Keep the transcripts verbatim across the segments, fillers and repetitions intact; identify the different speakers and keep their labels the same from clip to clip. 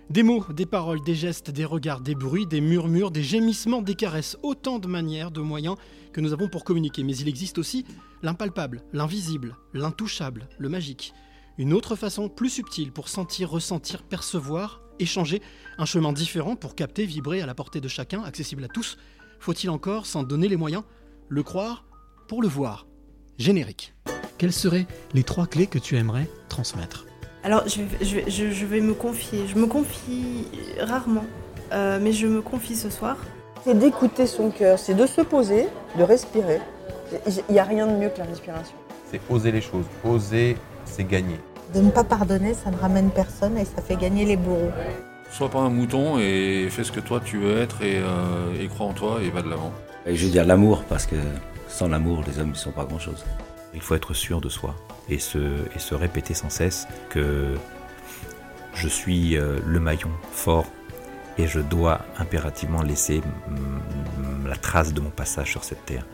Speaker 1: Des mots, des paroles, des gestes, des regards, des bruits, des murmures, des gémissements, des caresses, autant de manières, de moyens que nous avons pour communiquer. Mais il existe aussi l'impalpable, l'invisible, l'intouchable, le magique. Une autre façon plus subtile pour sentir, ressentir, percevoir, échanger, un chemin différent pour capter, vibrer à la portée de chacun, accessible à tous. Faut-il encore s'en donner les moyens ? Le croire pour le voir. Générique. Quelles seraient les trois clés que tu aimerais transmettre ?
Speaker 2: Alors, je, je, je, je vais me confier. Je me confie rarement, euh, mais je me confie ce soir.
Speaker 3: C'est d'écouter son cœur, c'est de se poser, de respirer. Il n'y a rien de mieux que la respiration.
Speaker 4: C'est oser les choses. Oser, c'est gagner.
Speaker 5: De ne pas pardonner, ça ne ramène personne et ça fait gagner les bourreaux.
Speaker 6: Sois pas un mouton et fais ce que toi tu veux être et, euh, et crois en toi et va de l'avant.
Speaker 7: Et je veux dire l'amour, parce que sans l'amour, les hommes ne sont pas grand-chose.
Speaker 8: Il faut être sûr de soi et se, et se répéter sans cesse que je suis euh, le maillon fort et je dois impérativement laisser m- m- la trace de mon passage sur cette terre.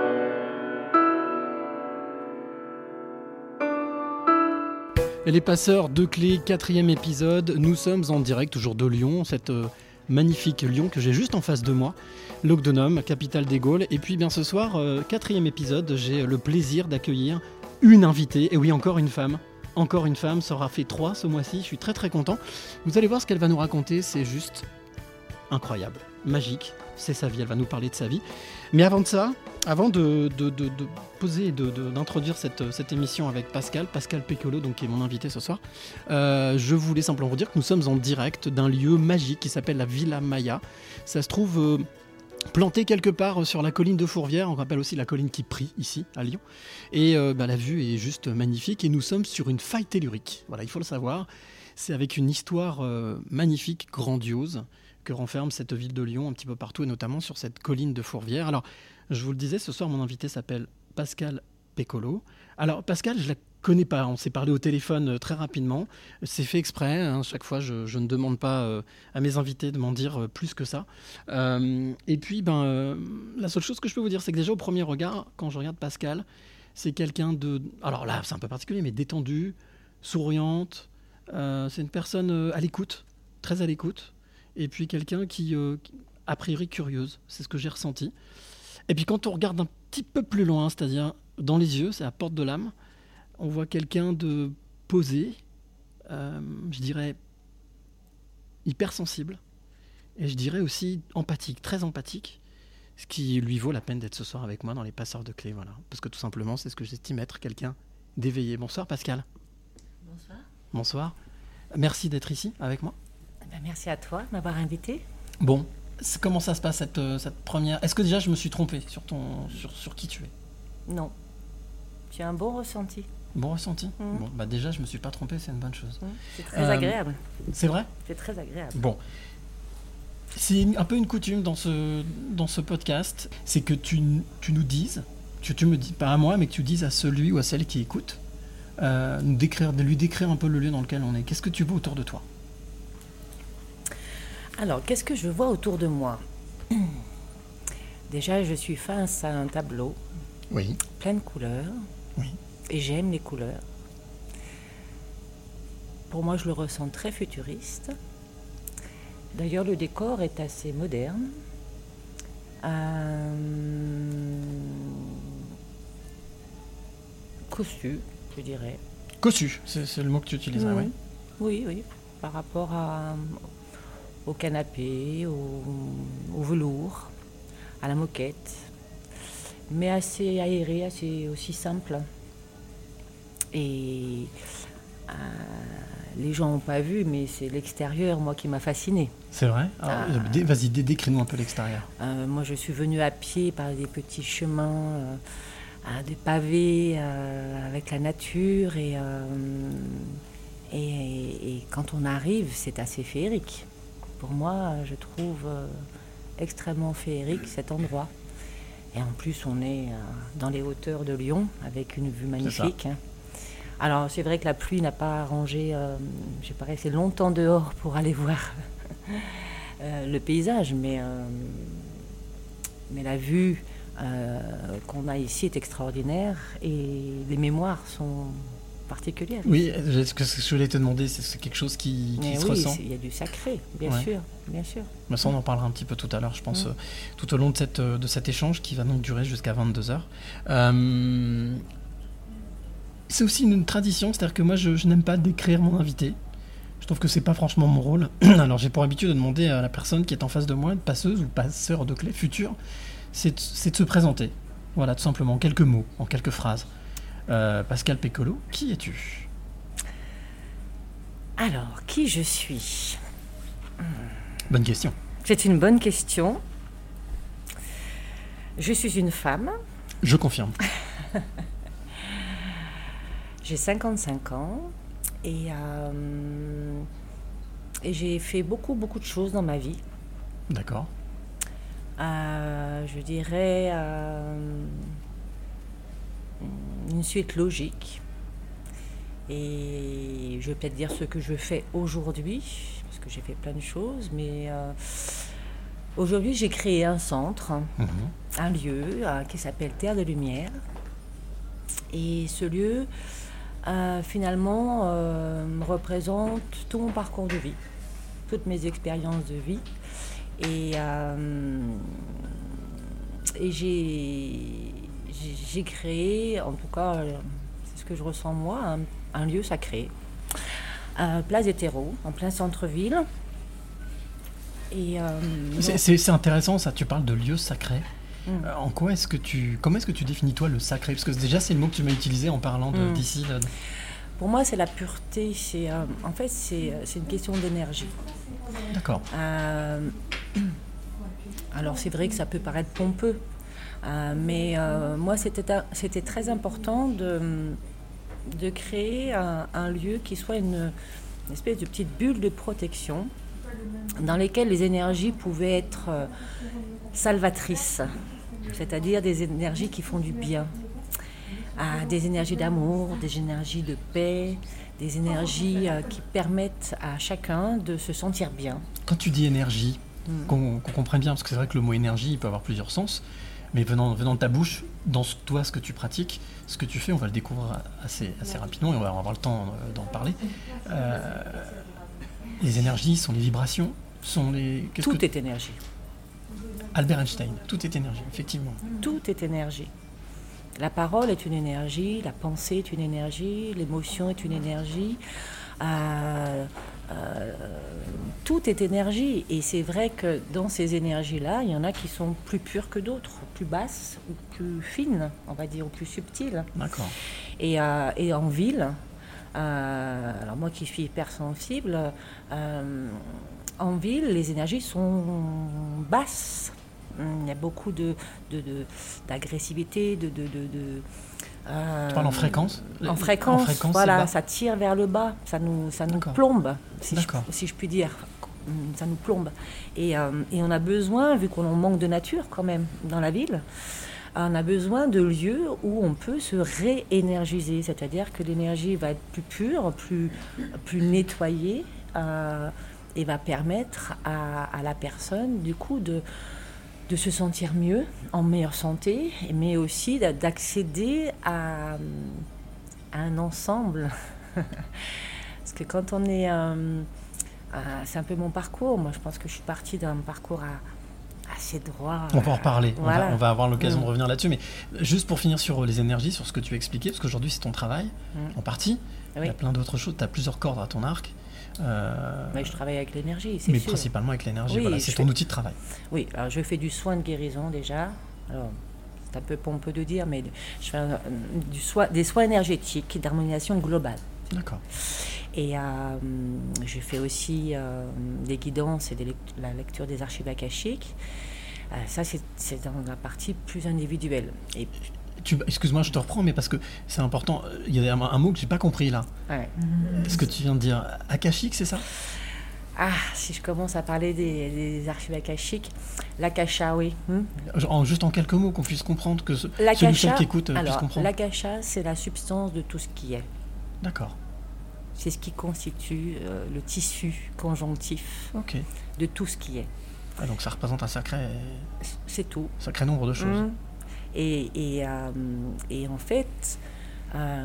Speaker 1: Et les passeurs de clés, quatrième épisode. Nous sommes en direct toujours de Lyon, cette euh, magnifique Lyon que j'ai juste en face de moi, l'Ogdenum, capitale des Gaules. Et puis bien ce soir, euh, quatrième épisode, j'ai le plaisir d'accueillir une invitée, et oui, encore une femme. Encore une femme, ça aura fait trois ce mois-ci, je suis très très content. Vous allez voir ce qu'elle va nous raconter, c'est juste incroyable, magique, c'est sa vie, elle va nous parler de sa vie. Mais avant de ça, avant de, de, de, de poser et de, de, d'introduire cette, cette émission avec Pascal, Pascal Pécolo, donc, qui est mon invité ce soir, euh, je voulais simplement vous dire que nous sommes en direct d'un lieu magique qui s'appelle la Villa Maya. Ça se trouve euh, planté quelque part sur la colline de Fourvière, on rappelle aussi la colline qui prie ici à Lyon. Et euh, bah, la vue est juste magnifique et nous sommes sur une faille tellurique. Voilà, il faut le savoir. C'est avec une histoire euh, magnifique, grandiose, que renferme cette ville de Lyon un petit peu partout et notamment sur cette colline de Fourvière. Alors, je vous le disais, ce soir, mon invité s'appelle Pascal Pécolo. Alors, Pascal, je la connais pas. On s'est parlé au téléphone très rapidement. C'est fait exprès. Hein. Chaque fois, je, je ne demande pas euh, à mes invités de m'en dire euh, plus que ça. Euh, et puis, ben, euh, la seule chose que je peux vous dire, c'est que déjà, au premier regard, quand je regarde Pascal, c'est quelqu'un de... Alors là, c'est un peu particulier, mais détendu, souriante. Euh, c'est une personne euh, à l'écoute, très à l'écoute. Et puis quelqu'un qui, euh, a priori, curieuse. C'est ce que j'ai ressenti. Et puis quand on regarde un petit peu plus loin, c'est-à-dire dans les yeux, c'est la porte de l'âme, on voit quelqu'un de posé, euh, je dirais hypersensible, et je dirais aussi empathique, très empathique, ce qui lui vaut la peine d'être ce soir avec moi dans les passeurs de clés, voilà. Parce que tout simplement, c'est ce que j'estime être quelqu'un d'éveillé. Bonsoir Pascal.
Speaker 9: Bonsoir.
Speaker 1: Bonsoir. Merci d'être ici avec moi.
Speaker 9: Ben, merci à toi de m'avoir invité.
Speaker 1: Bon, comment ça se passe cette, cette première... Est-ce que déjà je me suis trompé sur, ton, sur, sur qui tu es ?
Speaker 9: Non. Tu as un bon ressenti.
Speaker 1: Bon ressenti ?
Speaker 9: Mmh.
Speaker 1: Bon, bah déjà je me suis pas trompé, c'est une bonne chose.
Speaker 9: Mmh. C'est très
Speaker 1: euh,
Speaker 9: agréable.
Speaker 1: C'est vrai ?
Speaker 9: C'est très agréable.
Speaker 1: Bon. C'est un peu une coutume dans ce, dans ce podcast, c'est que tu, tu nous dises, que tu me dis, pas à moi, mais que tu dises à celui ou à celle qui écoute, euh, nous décrire, de lui décrire un peu le lieu dans lequel on est. Qu'est-ce que tu vois autour de toi ?
Speaker 9: Alors, qu'est-ce que je vois autour de moi ? Déjà, je suis face à un tableau,
Speaker 1: oui,
Speaker 9: plein de couleurs,
Speaker 1: oui,
Speaker 9: et j'aime les couleurs. Pour moi, je le ressens très futuriste. D'ailleurs, le décor est assez moderne. Euh... Cossu, je dirais.
Speaker 1: Cossu, c'est, c'est le mot que tu utilises, mmh. oui.
Speaker 9: Oui, oui, par rapport à... au canapé, au, au velours, à la moquette, mais assez aéré, assez aussi simple. Et euh, les gens n'ont pas vu, mais c'est l'extérieur, moi, qui m'a fascinée.
Speaker 1: C'est vrai ? Alors, euh, Vas-y, décris-nous un peu l'extérieur.
Speaker 9: Euh, moi, je suis venue à pied par des petits chemins, euh, des pavés, euh, avec la nature, et, euh, et, et quand on arrive, c'est assez féerique. Pour moi, je trouve euh, extrêmement féerique cet endroit. Et en plus, on est euh, dans les hauteurs de Lyon, avec une vue magnifique. C'est Alors, c'est vrai que la pluie n'a pas arrangé... Euh, j'ai pas resté longtemps dehors pour aller voir euh, le paysage, mais, euh, mais la vue euh, qu'on a ici est extraordinaire et les mémoires sont particulière.
Speaker 1: Oui, ce que je voulais te demander, c'est, c'est quelque chose qui, qui
Speaker 9: Mais
Speaker 1: se
Speaker 9: oui,
Speaker 1: ressent.
Speaker 9: il y a du sacré, bien
Speaker 1: Ouais.
Speaker 9: sûr, bien sûr.
Speaker 1: Mais ça, on en parlera un petit peu tout à l'heure, je pense,
Speaker 9: Mm.
Speaker 1: euh, tout au long de, cette, euh, de cet échange qui va donc durer jusqu'à vingt-deux heures. Euh, c'est aussi une tradition, c'est-à-dire que moi, je, je n'aime pas décrire mon invité. Je trouve que c'est pas franchement mon rôle. Alors, j'ai pour habitude de demander à la personne qui est en face de moi, une passeuse ou passeur de clés future, c'est de, c'est de se présenter. Voilà, tout simplement, en quelques mots, en quelques phrases. Euh, Pascal Pécolo, qui es-tu ?
Speaker 9: Alors, qui je suis ?
Speaker 1: Bonne question.
Speaker 9: C'est une bonne question. Je suis une femme,
Speaker 1: Je confirme.
Speaker 9: j'ai cinquante-cinq ans et, euh, et j'ai fait beaucoup, beaucoup de choses dans ma vie.
Speaker 1: D'accord.
Speaker 9: Euh, je dirais euh, une suite logique. Et je vais peut-être dire ce que je fais aujourd'hui, parce que j'ai fait plein de choses, mais euh, aujourd'hui j'ai créé un centre,
Speaker 1: Mhm.
Speaker 9: un lieu euh, qui s'appelle Terre de Lumière. Et ce lieu, euh, finalement, euh, représente tout mon parcours de vie, toutes mes expériences de vie. Et, euh, et j'ai, j'ai, j'ai créé, en tout cas, euh, c'est ce que je ressens moi, un, un lieu sacré, euh, place des terreaux, en plein centre-ville. Et, euh,
Speaker 1: C'est,
Speaker 9: bon,
Speaker 1: c'est- c'est intéressant ça, tu parles de lieu sacré.
Speaker 9: Mm.
Speaker 1: Euh, en quoi est-ce que tu, comment est-ce que tu définis toi le sacré ? Parce que déjà c'est le mot que tu m'as utilisé en parlant de,
Speaker 9: Mm.
Speaker 1: d'ici. de-
Speaker 9: pour moi, c'est la pureté. C'est, euh, en fait, c'est, c'est une question d'énergie.
Speaker 1: D'accord.
Speaker 9: Euh, alors c'est vrai que ça peut paraître pompeux, euh, mais euh, moi c'était, un- c'était très important de, de créer un, un lieu qui soit une, une espèce de petite bulle de protection dans lesquelles les énergies pouvaient être euh, salvatrices, c'est-à-dire des énergies qui font du bien. Ah, des énergies d'amour, des énergies de paix, des énergies euh, qui permettent à chacun de se sentir bien.
Speaker 1: Quand tu dis énergie,
Speaker 9: Mm.
Speaker 1: qu'on, qu'on comprenne bien, parce que c'est vrai que le mot énergie il peut avoir plusieurs sens, mais venant, venant de ta bouche, dans ce- toi ce que tu pratiques, ce que tu fais, on va le découvrir assez, assez rapidement et on va avoir le temps euh, d'en parler. Euh, les énergies sont les vibrations, sont les. Qu'est-ce
Speaker 9: Tout
Speaker 1: que-
Speaker 9: est énergie.
Speaker 1: Albert Einstein, tout est énergie, effectivement.
Speaker 9: Tout est énergie. La parole est une énergie, la pensée est une énergie, l'émotion est une énergie. Euh, euh, tout est énergie. Et c'est vrai que dans ces énergies-là, il y en a qui sont plus pures que d'autres, plus basses ou plus fines, on va dire, ou plus subtiles.
Speaker 1: D'accord.
Speaker 9: Et, euh, et en ville, euh, alors moi qui suis hypersensible, euh, en ville, les énergies sont basses. Il y a beaucoup de, de, de- d'agressivité, de... de, de, de euh,
Speaker 1: Tu parles en fréquence ?
Speaker 9: En fréquence,
Speaker 1: En fréquence, c'est
Speaker 9: voilà,
Speaker 1: bas.
Speaker 9: ça tire vers le bas, ça nous, ça nous
Speaker 1: D'accord.
Speaker 9: plombe, si je,
Speaker 1: D'accord.
Speaker 9: si je puis dire. Ça nous plombe. Et, euh, et on a besoin, vu qu'on en manque de nature quand même dans la ville, on a besoin de lieux où on peut se réénergiser, c'est-à-dire que l'énergie va être plus pure, plus, plus nettoyée, euh, et va permettre à, à la personne, du coup, de, de se sentir mieux, en meilleure santé, mais aussi d'a- d'accéder à, à un ensemble. Parce que quand on est... euh, euh, c'est un peu mon parcours. Moi, je pense que je suis partie d'un parcours à- assez droit.
Speaker 1: On va en reparler, on,
Speaker 9: Voilà.
Speaker 1: va, on va avoir l'occasion
Speaker 9: Mm.
Speaker 1: de revenir là-dessus, mais juste pour finir sur les énergies, sur ce que tu as expliqué, parce qu'aujourd'hui c'est ton travail,
Speaker 9: Mm.
Speaker 1: en partie, il
Speaker 9: Oui.
Speaker 1: y a plein d'autres choses, tu as plusieurs cordes à ton arc, euh,
Speaker 9: Mais je travaille avec l'énergie, c'est
Speaker 1: mais
Speaker 9: sûr.
Speaker 1: principalement avec l'énergie,
Speaker 9: Oui,
Speaker 1: voilà,
Speaker 9: je
Speaker 1: c'est
Speaker 9: fais-
Speaker 1: ton outil de travail.
Speaker 9: Oui, alors je fais du soin de guérison déjà. Alors, c'est un peu pompeux de dire, mais je fais un- du soin, des soins énergétiques d'harmonisation globale.
Speaker 1: D'accord.
Speaker 9: Et euh, je fais aussi euh, des guidances et des lect- la lecture des archives akashiques. Euh, ça, c'est, c'est dans la partie plus individuelle. Et,
Speaker 1: Tu, excuse-moi, je te reprends, mais parce que c'est important, il y a un, un mot que j'ai pas compris là.
Speaker 9: ouais.
Speaker 1: Ce que tu viens de dire, akashique, c'est ça ?
Speaker 9: Ah, si je commence à parler des, des archives akashiques, l'akasha, oui. Hmm.
Speaker 1: En- Juste en quelques mots, qu'on puisse comprendre, que ce, celui ou
Speaker 9: L'akasha,
Speaker 1: celle qui écoute euh, puisse
Speaker 9: alors,
Speaker 1: comprendre.
Speaker 9: l'akasha, c'est la substance de tout ce qui est.
Speaker 1: D'accord,
Speaker 9: C'est ce qui constitue euh, le tissu conjonctif
Speaker 1: ok.
Speaker 9: de tout ce qui est.
Speaker 1: Ah, donc ça représente un sacré,
Speaker 9: C'est tout.
Speaker 1: sacré nombre de choses.
Speaker 9: Mm. Et, et, euh, et en fait, euh,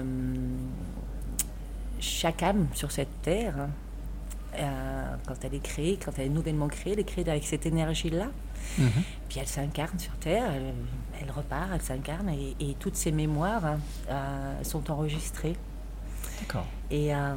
Speaker 9: chaque âme sur cette terre, euh, quand elle est créée, quand elle est nouvellement créée, elle est créée avec cette énergie-là. Mmh. Puis elle s'incarne sur Terre, elle, elle repart, elle s'incarne, et, et toutes ses mémoires euh, sont enregistrées.
Speaker 1: D'accord.
Speaker 9: Et euh,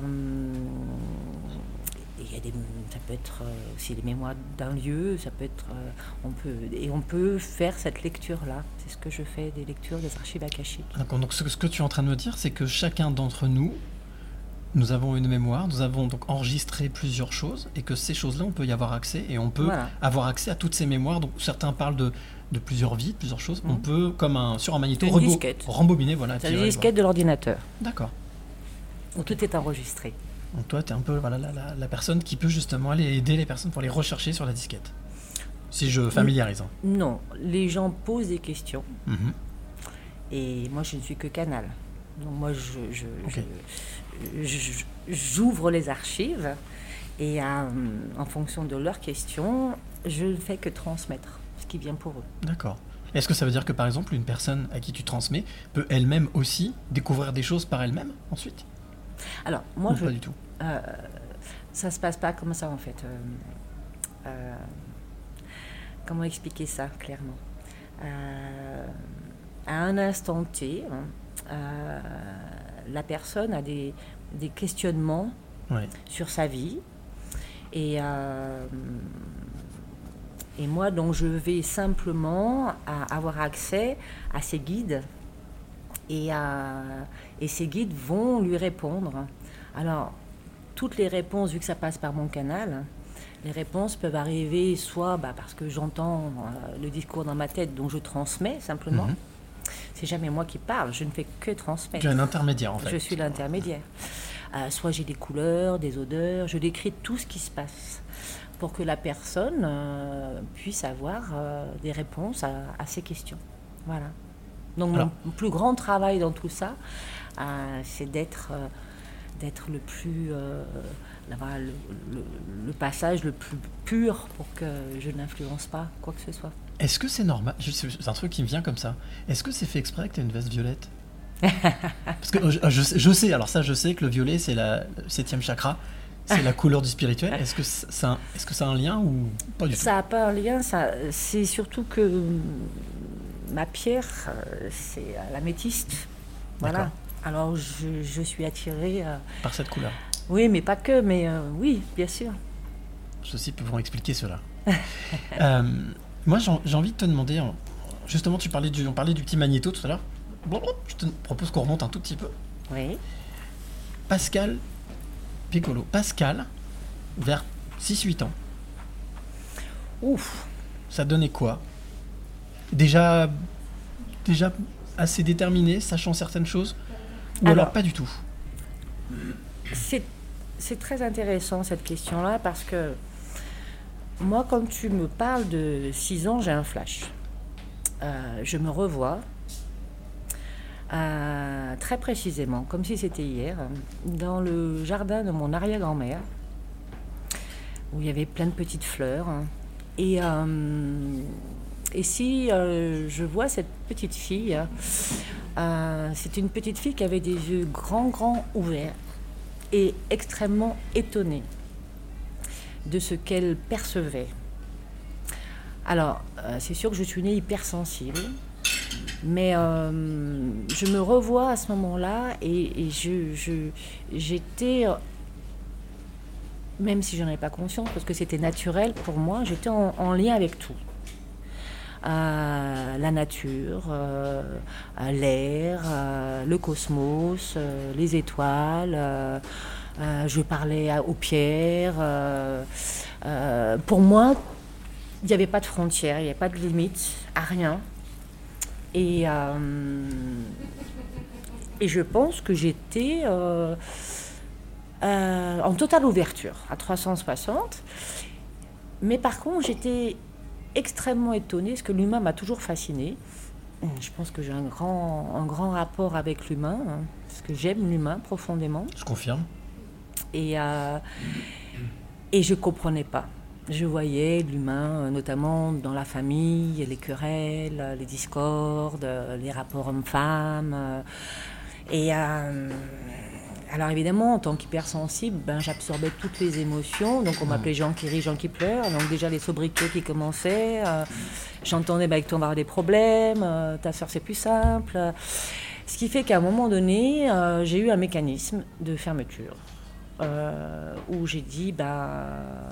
Speaker 9: il y a des, ça peut être aussi les mémoires d'un lieu, ça peut être, euh, on peut, et on peut faire cette lecture-là. C'est ce que je fais, des lectures des archives akashiques.
Speaker 1: D'accord. Donc ce, ce que tu es en train de me dire, c'est que chacun d'entre nous, nous avons une mémoire, nous avons donc enregistré plusieurs choses, et que ces choses-là, on peut y avoir accès, et on peut voilà. avoir accès à toutes ces mémoires. Donc certains parlent de, de plusieurs vies, de plusieurs choses. Mmh. On peut, comme un, sur un magnéto, rebo- rembobiner. Voilà,
Speaker 9: c'est une disquette de l'ordinateur.
Speaker 1: D'accord.
Speaker 9: Où tout est enregistré.
Speaker 1: Donc toi, tu es un peu voilà, la, la, la personne qui peut justement aller aider les personnes pour les rechercher sur la disquette. Si je familiarise.
Speaker 9: Non, les gens posent des questions.
Speaker 1: Mmh.
Speaker 9: Et moi, je ne suis que canal. Donc moi, je, je,
Speaker 1: okay.
Speaker 9: je, je, j'ouvre les archives et euh, en fonction de leurs questions, je ne fais que transmettre ce qui vient pour eux.
Speaker 1: D'accord. Est-ce que ça veut dire que, par exemple, une personne à qui tu transmets peut elle-même aussi découvrir des choses par elle-même ensuite ?
Speaker 9: Alors, moi,
Speaker 1: Ou
Speaker 9: je...
Speaker 1: pas du tout.
Speaker 9: Euh, ça ne se passe pas comme ça, en fait. Euh, euh, comment expliquer ça, clairement ? euh, À un instant T... Hein, Euh, la personne a des, des questionnements
Speaker 1: ouais.
Speaker 9: sur sa vie et, euh, et moi donc je vais simplement à avoir accès à ces guides et, à, et ces guides vont lui répondre. Alors toutes les réponses, vu que ça passe par mon canal, les réponses peuvent arriver soit bah, parce que j'entends euh, le discours dans ma tête, donc je transmets simplement. Mm-hmm. C'est jamais moi qui parle, je ne fais que transmettre.
Speaker 1: Tu es un intermédiaire en fait.
Speaker 9: Je suis l'intermédiaire. Euh, soit j'ai des couleurs, des odeurs, je décris tout ce qui se passe pour que la personne euh, puisse avoir euh, des réponses à, à ses questions. Voilà. Donc Alors. mon plus grand travail dans tout ça, euh, c'est d'être, euh, d'être le plus... Euh, d'avoir le, le, le passage le plus pur pour que je n'influence pas quoi que ce soit.
Speaker 1: Est-ce que c'est normal ? C'est un truc qui me vient comme ça. Est-ce que c'est fait exprès que tu as une veste violette ? Parce que je, je, je sais, alors ça je sais que le violet c'est la, le septième chakra, c'est la couleur du spirituel. Est-ce que ça, un, est-ce que ça a un lien ou pas du tout ?
Speaker 9: Ça n'a pas un lien, ça, c'est surtout que ma pierre c'est l'améthyste. Voilà.
Speaker 1: D'accord.
Speaker 9: Alors je, je suis attirée... Euh...
Speaker 1: Par cette couleur ?
Speaker 9: Oui, mais pas que, mais euh, oui, bien sûr.
Speaker 1: Ceux-ci peuvent expliquer cela. euh, moi, j'ai, j'ai envie de te demander, justement, tu parlais du, on parlait du petit magnéto tout à l'heure. Je te propose qu'on remonte un tout petit peu.
Speaker 9: Oui.
Speaker 1: Pascal Piccolo. Pascal, vers six huit ans.
Speaker 9: Ouf.
Speaker 1: Ça donnait quoi ? Déjà, déjà assez déterminé, sachant certaines choses ? Ou alors, alors pas du tout ?
Speaker 9: C'est, c'est très intéressant cette question-là parce que moi, quand tu me parles de six ans, j'ai un flash. Euh, je me revois euh, très précisément, comme si c'était hier, dans le jardin de mon arrière-grand-mère, où il y avait plein de petites fleurs. Et, euh, et si euh, je vois cette petite fille, euh, c'est une petite fille qui avait des yeux grands, grands ouverts et extrêmement étonnée de ce qu'elle percevait. Alors, euh, c'est sûr que je suis née hypersensible, mais euh, je me revois à ce moment-là et, et je, je, j'étais, même si je n'en avais pas conscience, parce que c'était naturel pour moi, j'étais en, en lien avec tout. Euh, la nature, euh, l'air, euh, le cosmos, euh, les étoiles, euh, euh, je parlais à, aux pierres. Euh, euh, pour moi, il n'y avait pas de frontières, il n'y avait pas de limite à rien. Et, euh, et je pense que j'étais euh, euh, en totale ouverture, à trois cent soixante. Mais par contre, j'étais extrêmement étonnée, parce que l'humain m'a toujours fascinée. Je pense que j'ai un grand, un grand rapport avec l'humain, hein, parce que j'aime l'humain profondément.
Speaker 1: Je confirme.
Speaker 9: Et, euh, et je ne comprenais pas. Je voyais l'humain, notamment dans la famille, les querelles, les discordes, les rapports hommes-femmes. Et euh, alors évidemment, en tant qu'hypersensible, ben, j'absorbais toutes les émotions. Donc on m'appelait Jean qui rit, Jean qui pleure. Donc déjà les sobriquets qui commençaient. Euh, j'entendais, bah, avec toi on va avoir des problèmes, euh, ta soeur c'est plus simple. Ce qui fait qu'à un moment donné, euh, j'ai eu un mécanisme de fermeture. Euh, où j'ai dit, bah,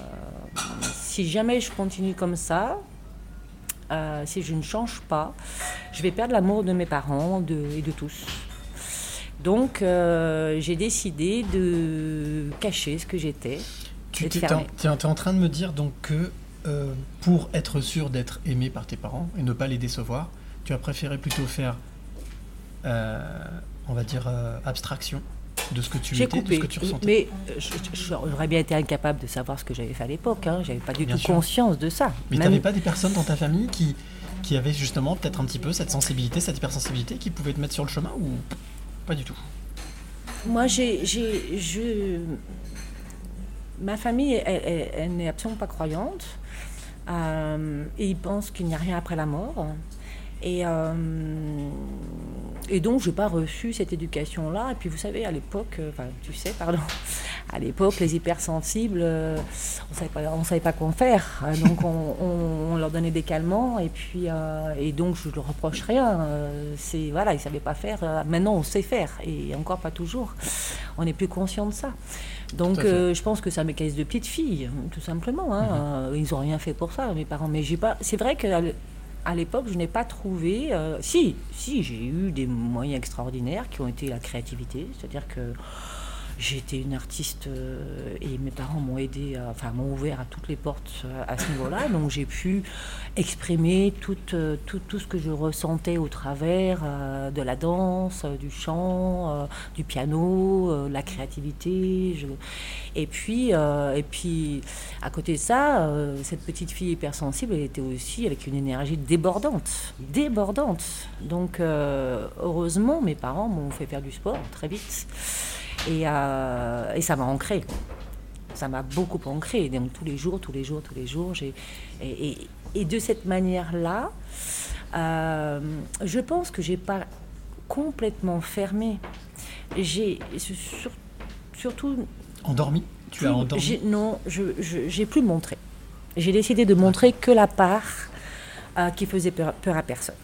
Speaker 9: si jamais je continue comme ça, euh, si je ne change pas, je vais perdre l'amour de mes parents de, et de tous. Donc, euh, j'ai décidé de cacher ce que j'étais.
Speaker 1: Tu es en train de me dire donc que euh, pour être sûr d'être aimé par tes parents et ne pas les décevoir, tu as préféré plutôt faire, euh, on va dire, euh, abstraction de ce que tu
Speaker 9: j'ai
Speaker 1: étais,
Speaker 9: coupé.
Speaker 1: de ce que tu ressentais.
Speaker 9: Mais je, je, j'aurais bien été incapable de savoir ce que j'avais fait à l'époque. Hein. J'avais pas du
Speaker 1: Bien
Speaker 9: tout
Speaker 1: sûr.
Speaker 9: conscience de ça.
Speaker 1: Mais
Speaker 9: Même...
Speaker 1: tu n'avais pas des personnes dans ta famille qui, qui avaient justement peut-être un petit peu cette sensibilité, cette hypersensibilité, qui pouvaient te mettre sur le chemin ou pas du tout?
Speaker 9: Moi, j'ai, j'ai, je... ma famille, elle, elle, elle n'est absolument pas croyante. Euh, et ils pensent qu'il n'y a rien après la mort. Et, euh, et donc, je n'ai pas reçu cette éducation-là. Et puis, vous savez, à l'époque, enfin, tu sais, pardon, à l'époque, les hypersensibles, euh, on ne savait pas quoi en faire. Donc, on, on, on leur donnait des calmants. Et puis, euh, et donc, je ne leur reproche rien. Euh, c'est, voilà, ils ne savaient pas faire. Maintenant, on sait faire. Et encore pas toujours. On n'est plus conscient de ça. Donc, euh, je pense que c'est un mécanisme de petite fille, tout simplement. Hein. Mm-hmm. Ils n'ont rien fait pour ça, mes parents. Mais j'ai pas. C'est vrai que à l'époque, je n'ai pas trouvé... Euh, si, si, j'ai eu des moyens extraordinaires qui ont été la créativité. C'est-à-dire que j'ai été une artiste euh, et mes parents m'ont aidé, à, enfin, m'ont ouvert à toutes les portes euh, à ce niveau-là. Donc, j'ai pu exprimer tout, euh, tout, tout ce que je ressentais au travers euh, de la danse, euh, du chant, euh, du piano, euh, la créativité. Je... Et puis, euh, et puis, à côté de ça, euh, cette petite fille hypersensible, elle était aussi avec une énergie débordante, débordante. Donc, euh, heureusement, mes parents m'ont fait faire du sport très vite. Et, euh, et ça m'a ancré. Ça m'a beaucoup ancré. Donc, tous les jours, tous les jours, tous les jours. J'ai... Et, et, et de cette manière-là, euh, je pense que je n'ai pas complètement fermé. J'ai sur, surtout...
Speaker 1: Endormi? Tu
Speaker 9: plus,
Speaker 1: as endormi?
Speaker 9: j'ai, Non, je n'ai plus montré. J'ai décidé de montrer que la part euh, qui faisait peur, peur à personne.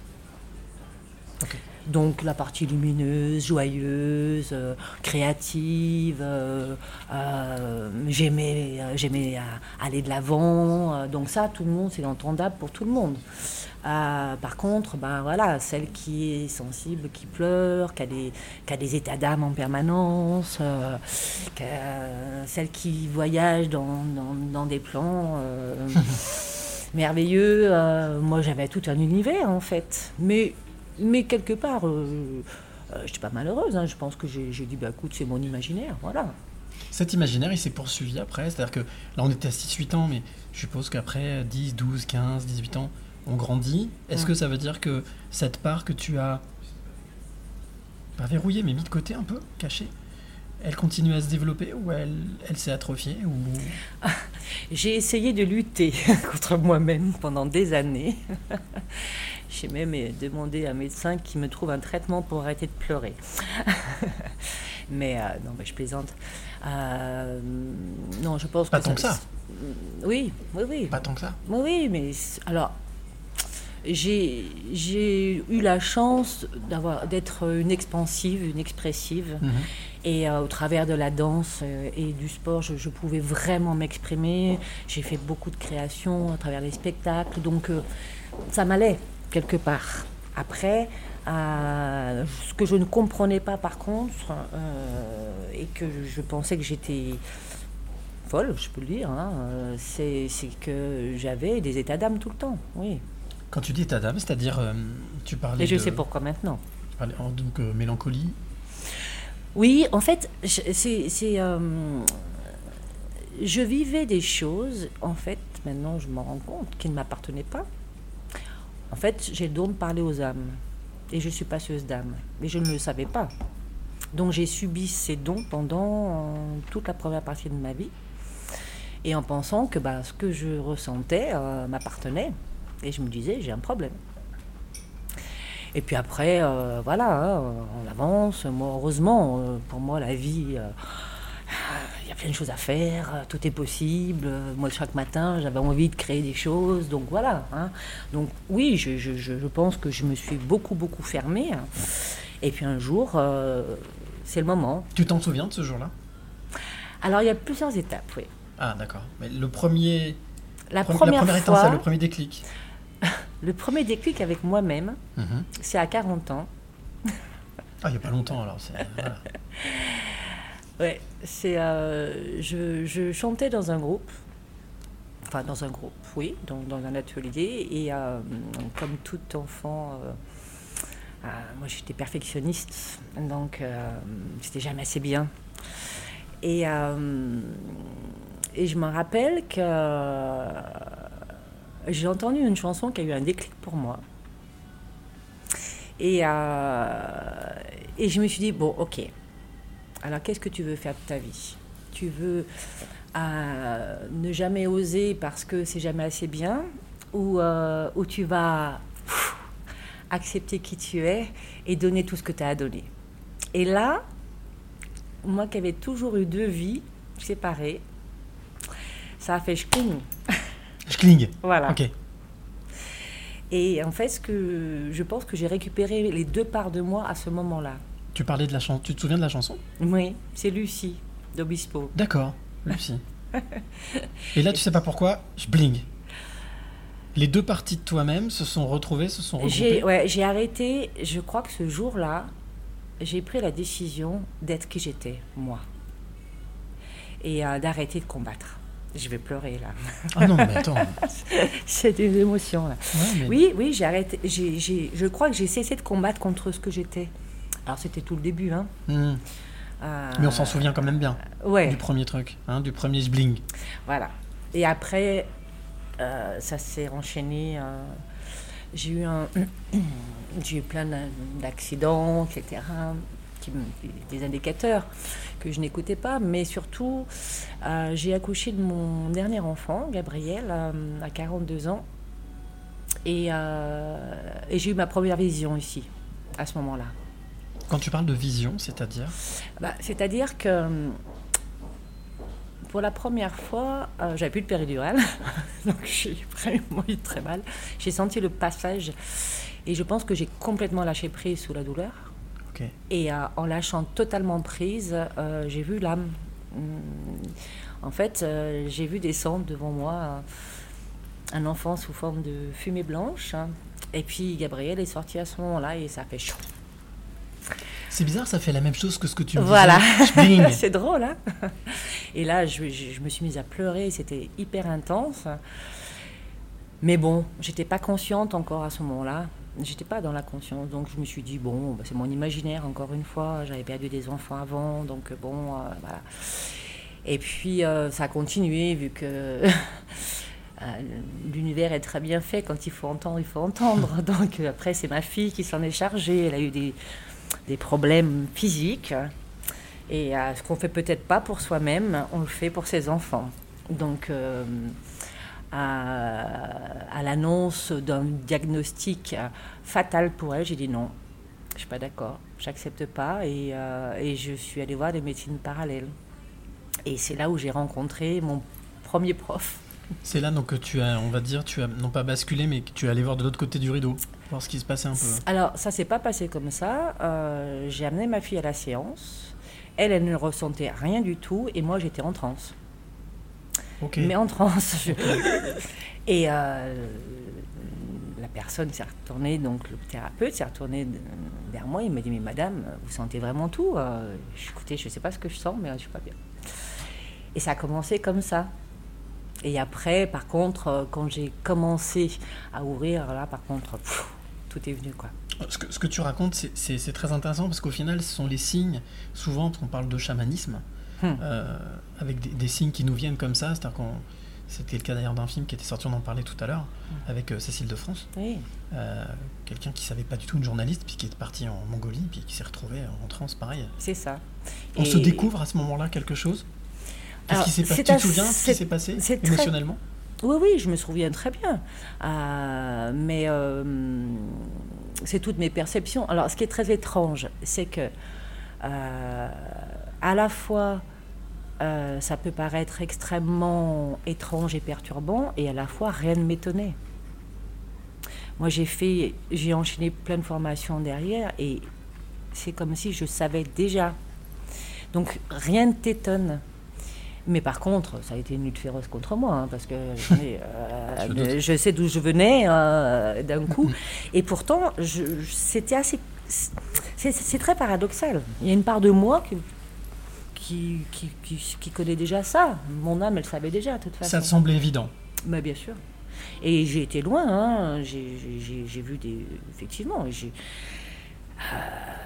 Speaker 1: Ok.
Speaker 9: Donc la partie lumineuse, joyeuse, euh, créative, euh, euh, j'aimais, euh, j'aimais euh, aller de l'avant, euh, donc ça, tout le monde, c'est entendable pour tout le monde. Euh, par contre, ben voilà, celle qui est sensible, qui pleure, qui a des, qui a des états d'âme en permanence, euh, qui a, celle qui voyage dans, dans, dans des plans euh, merveilleux, euh, moi j'avais tout un univers en fait, mais Mais quelque part, euh, euh, je n'étais pas malheureuse. Hein. Je pense que j'ai, j'ai dit, bah, écoute, c'est mon imaginaire. Voilà.
Speaker 1: Cet imaginaire, il s'est poursuivi après. C'est-à-dire que là, on était à six huit ans, mais je suppose qu'après dix, douze, quinze, dix-huit ans, on grandit. Est-ce mmh. que ça veut dire que cette part que tu as pas verrouillée, mais mis de côté un peu, cachée, elle continue à se développer ou elle, elle s'est atrophiée ou...
Speaker 9: J'ai essayé de lutter contre moi-même pendant des années. J'ai même demandé à un médecin qui me trouve un traitement pour arrêter de pleurer. mais euh, non, mais je plaisante. Euh, non, je pense
Speaker 1: pas
Speaker 9: que
Speaker 1: tant ça, que ça.
Speaker 9: Oui, oui, oui.
Speaker 1: Pas tant que ça.
Speaker 9: Oui, oui, mais alors j'ai j'ai eu la chance d'avoir d'être une expansive, une expressive. Mmh. Et euh, au travers de la danse euh, et du sport, je, je pouvais vraiment m'exprimer. J'ai fait beaucoup de créations à travers les spectacles, donc euh, ça m'allait quelque part. Après, euh, ce que je ne comprenais pas par contre, euh, et que je pensais que j'étais folle, je peux le dire, hein, euh, c'est, c'est que j'avais des états d'âme tout le temps, oui.
Speaker 1: Quand tu dis état d'âme, c'est-à-dire, euh, tu parlais
Speaker 9: Et je
Speaker 1: de...
Speaker 9: sais pourquoi maintenant.
Speaker 1: Tu parlais donc euh, mélancolie.
Speaker 9: Oui, en fait, c'est, c'est, euh, je vivais des choses, en fait, maintenant je m'en rends compte, qui ne m'appartenaient pas. En fait, j'ai le don de parler aux âmes, et je suis passeuse d'âme, mais je ne le savais pas. Donc j'ai subi ces dons pendant toute la première partie de ma vie, et en pensant que bah, ce que je ressentais euh, m'appartenait, et je me disais, j'ai un problème. Et puis après, euh, voilà, hein, on avance. Moi, heureusement, euh, pour moi, la vie, il euh, y a plein de choses à faire, tout est possible. Moi, chaque matin, j'avais envie de créer des choses, donc voilà. Hein. Donc oui, je, je, je pense que je me suis beaucoup, beaucoup fermée. Hein. Et puis un jour, euh, c'est le moment.
Speaker 1: Tu t'en souviens de ce jour-là ?
Speaker 9: Alors, il y a plusieurs étapes, oui.
Speaker 1: Ah, d'accord. Mais le premier...
Speaker 9: La
Speaker 1: pre-
Speaker 9: première,
Speaker 1: la première
Speaker 9: fois,
Speaker 1: étincelle, le premier déclic.
Speaker 9: Le premier déclic avec moi-même,
Speaker 1: Mm-hmm.
Speaker 9: c'est à quarante ans.
Speaker 1: Ah, il n'y a pas longtemps, alors. C'est, voilà.
Speaker 9: Ouais, c'est... Euh, je, je chantais dans un groupe. Enfin, dans un groupe, oui, dans, dans un atelier. Et euh, comme tout enfant... Euh, euh, moi, j'étais perfectionniste. Donc, euh, c'était jamais assez bien. Et, euh, et je me rappelle que euh, j'ai entendu une chanson qui a eu un déclic pour moi. Et, euh, et je me suis dit, bon, ok, alors qu'est-ce que tu veux faire de ta vie ? Tu veux euh, ne jamais oser parce que c'est jamais assez bien, ou, euh, ou tu vas pff, accepter qui tu es et donner tout ce que tu as à donner. Et là, moi qui avais toujours eu deux vies séparées, ça a fait schling.
Speaker 1: Schling.
Speaker 9: Voilà.
Speaker 1: Ok.
Speaker 9: Et en fait, ce que je pense que j'ai récupéré les deux parts de moi à ce moment-là.
Speaker 1: Tu parlais de la chanson. Tu te souviens de la chanson ?
Speaker 9: Oui, c'est Lucie d'Obispo.
Speaker 1: D'accord, Lucie. Et là, tu sais pas pourquoi, je bling. Les deux parties de toi-même se sont retrouvées, se sont regroupées.
Speaker 9: J'ai, ouais, j'ai arrêté. Je crois que ce jour-là, j'ai pris la décision d'être qui j'étais, moi. Et euh, d'arrêter de combattre. Je vais pleurer, là.
Speaker 1: Ah non, mais attends.
Speaker 9: C'est des émotions, là.
Speaker 1: Ouais, mais...
Speaker 9: Oui, oui, j'ai arrêté. J'ai, j'ai, je crois que j'ai cessé de combattre contre ce que j'étais. Alors, c'était tout le début, hein.
Speaker 1: Mmh.
Speaker 9: Euh,
Speaker 1: Mais on s'en souvient quand même bien.
Speaker 9: Ouais.
Speaker 1: Du premier truc, hein, du premier bling.
Speaker 9: Voilà. Et après, euh, ça s'est enchaîné. Euh, j'ai eu un... j'ai eu plein d'accidents, et cetera, qui, des indicateurs que je n'écoutais pas, mais surtout, euh, j'ai accouché de mon dernier enfant, Gabriel, euh, à quarante-deux ans, et, euh, et j'ai eu ma première vision ici, à ce moment-là.
Speaker 1: Quand tu parles de vision, c'est-à-dire ?
Speaker 9: Bah, c'est-à-dire que pour la première fois, euh, j'avais plus de péridurale, donc j'ai vraiment eu très mal. J'ai senti le passage et je pense que j'ai complètement lâché prise sous la douleur.
Speaker 1: Okay.
Speaker 9: Et euh, en lâchant totalement prise, euh, j'ai vu l'âme. En fait, euh, j'ai vu descendre devant moi euh, un enfant sous forme de fumée blanche. Hein, et puis Gabriel est sorti à ce moment-là et ça a fait chaud.
Speaker 1: C'est bizarre, ça fait la même chose que ce que tu me
Speaker 9: voilà.
Speaker 1: disais. Voilà.
Speaker 9: C'est drôle, hein. Et là, je, je, je me suis mise à pleurer, c'était hyper intense. Mais bon, j'étais pas consciente encore à ce moment-là. J'étais pas dans la conscience, donc je me suis dit, bon, bah, c'est mon imaginaire, encore une fois. J'avais perdu des enfants avant, donc bon, euh, voilà. Et puis, euh, ça a continué, vu que euh, l'univers est très bien fait. Quand il faut entendre, il faut entendre. Donc après, c'est ma fille qui s'en est chargée. Elle a eu des... des problèmes physiques et euh, ce qu'on fait peut-être pas pour soi-même, on le fait pour ses enfants. Donc euh, à, à l'annonce d'un diagnostic fatal pour elle, j'ai dit non, je suis pas d'accord, j'accepte pas et, euh, et je suis allée voir des médecines parallèles. Et c'est là où j'ai rencontré mon premier prof.
Speaker 1: C'est là donc que tu as, on va dire, tu as non pas basculé, mais que tu es allé voir de l'autre côté du rideau, voir ce qui se passait un peu.
Speaker 9: Alors, ça s'est pas passé comme ça. Euh, j'ai amené ma fille à la séance. Elle, elle ne ressentait rien du tout, et moi, j'étais en transe.
Speaker 1: Ok.
Speaker 9: Mais en transe. Je... et euh, la personne s'est retournée, donc le thérapeute s'est retourné vers moi. Il m'a dit, mais madame, vous sentez vraiment tout euh, Écoutez, je sais pas ce que je sens, mais je suis pas bien. Et ça a commencé comme ça. Et après, par contre, quand j'ai commencé à ouvrir, là, par contre, pff, tout est venu, quoi.
Speaker 1: Ce que, ce que tu racontes, c'est, c'est, c'est très intéressant parce qu'au final, ce sont les signes, souvent, on parle de chamanisme, hum. euh, avec des, des signes qui nous viennent comme ça. C'est-à-dire qu'on, c'était le cas d'ailleurs d'un film qui était sorti, on en parlait tout à l'heure, hum. avec euh, Cécile de France.
Speaker 9: Oui.
Speaker 1: Euh, quelqu'un qui ne savait pas du tout, une journaliste, puis qui est partie en Mongolie, puis qui s'est retrouvée en transe, pareil.
Speaker 9: C'est ça.
Speaker 1: On
Speaker 9: Et...
Speaker 1: se découvre à ce moment-là quelque chose. Qu'est-ce
Speaker 9: Alors,
Speaker 1: qui s'est passé ? Tu te souviens ce qui s'est passé émotionnellement ?
Speaker 9: Oui, oui, je me souviens très bien. Euh, mais euh, c'est toutes mes perceptions. Alors, ce qui est très étrange, c'est que euh, à la fois, euh, ça peut paraître extrêmement étrange et perturbant, et à la fois, rien ne m'étonnait. Moi, j'ai fait, j'ai enchaîné plein de formations derrière, et c'est comme si je savais déjà. Donc, rien ne t'étonne. Mais par contre, ça a été une lutte féroce contre moi, hein, parce que euh, je sais d'où je venais euh, d'un coup. Et pourtant, je, je, c'était assez... C'est, c'est très paradoxal. Il y a une part de moi qui, qui, qui, qui, qui connaît déjà ça. Mon âme, elle savait déjà, de toute façon.
Speaker 1: Ça te semblait évident?
Speaker 9: Mais bien sûr. Et j'ai été loin. Hein. J'ai, j'ai, j'ai vu des... Effectivement, j'ai... Euh,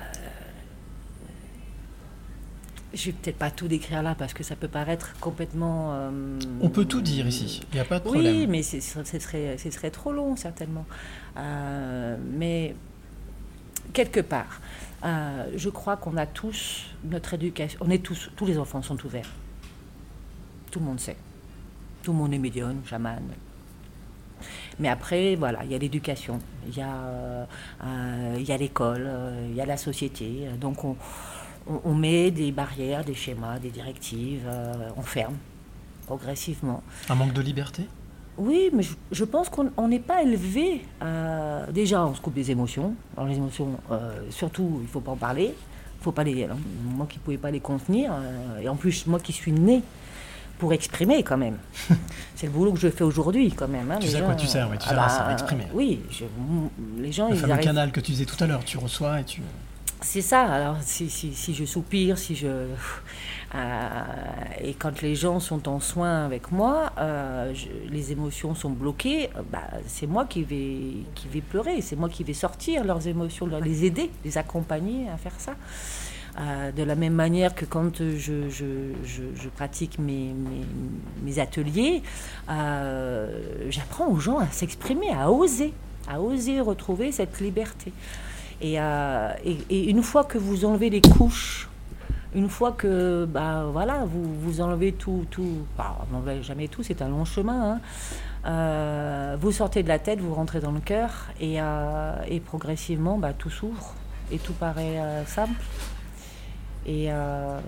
Speaker 9: Je vais peut-être pas tout décrire là parce que ça peut paraître complètement... Euh...
Speaker 1: On peut tout dire ici, il n'y a pas de problème.
Speaker 9: Oui, mais c'est, ce serait, ce serait trop long certainement. Euh, mais quelque part, euh, je crois qu'on a tous notre éducation, on est tous, tous les enfants sont ouverts. Tout le monde sait. Tout le monde est médium, chaman. Mais après, voilà, il y a l'éducation, il y a, euh, euh, il y a l'école, euh, il y a la société. Donc on... On met des barrières, des schémas, des directives, euh, on ferme progressivement.
Speaker 1: Un manque de liberté?
Speaker 9: Oui, mais je, je pense qu'on n'est pas élevé. Euh, déjà, on se coupe des émotions. Alors les émotions, euh, surtout, il ne faut pas en parler. Faut pas les, alors, moi qui ne pouvais pas les contenir, euh, et en plus, moi qui suis née pour exprimer quand même. C'est le boulot que je fais aujourd'hui quand même. Hein,
Speaker 1: tu
Speaker 9: les
Speaker 1: sais à
Speaker 9: gens,
Speaker 1: quoi tu sers, oui, tu
Speaker 9: ah
Speaker 1: sers
Speaker 9: bah,
Speaker 1: à ça, à exprimer.
Speaker 9: Oui, je, les gens...
Speaker 1: Le
Speaker 9: ils
Speaker 1: fameux
Speaker 9: arrivent...
Speaker 1: canal que tu disais tout à l'heure, tu reçois et tu...
Speaker 9: C'est ça, alors si, si, si je soupire, si je... Euh, et quand les gens sont en soin avec moi, euh, je, les émotions sont bloquées, bah, c'est moi qui vais, qui vais pleurer, c'est moi qui vais sortir leurs émotions, leur, les aider, les accompagner à faire ça. Euh, de la même manière que quand je, je, je, je pratique mes, mes, mes ateliers, euh, j'apprends aux gens à s'exprimer, à oser, à oser retrouver cette liberté. Et, euh, et, et une fois que vous enlevez les couches, une fois que bah, voilà, vous, vous enlevez tout, tout bah, on n'enlève jamais tout, c'est un long chemin, hein, euh, vous sortez de la tête, vous rentrez dans le cœur, et, euh, et progressivement, bah, tout s'ouvre, et tout paraît euh, simple. Et euh,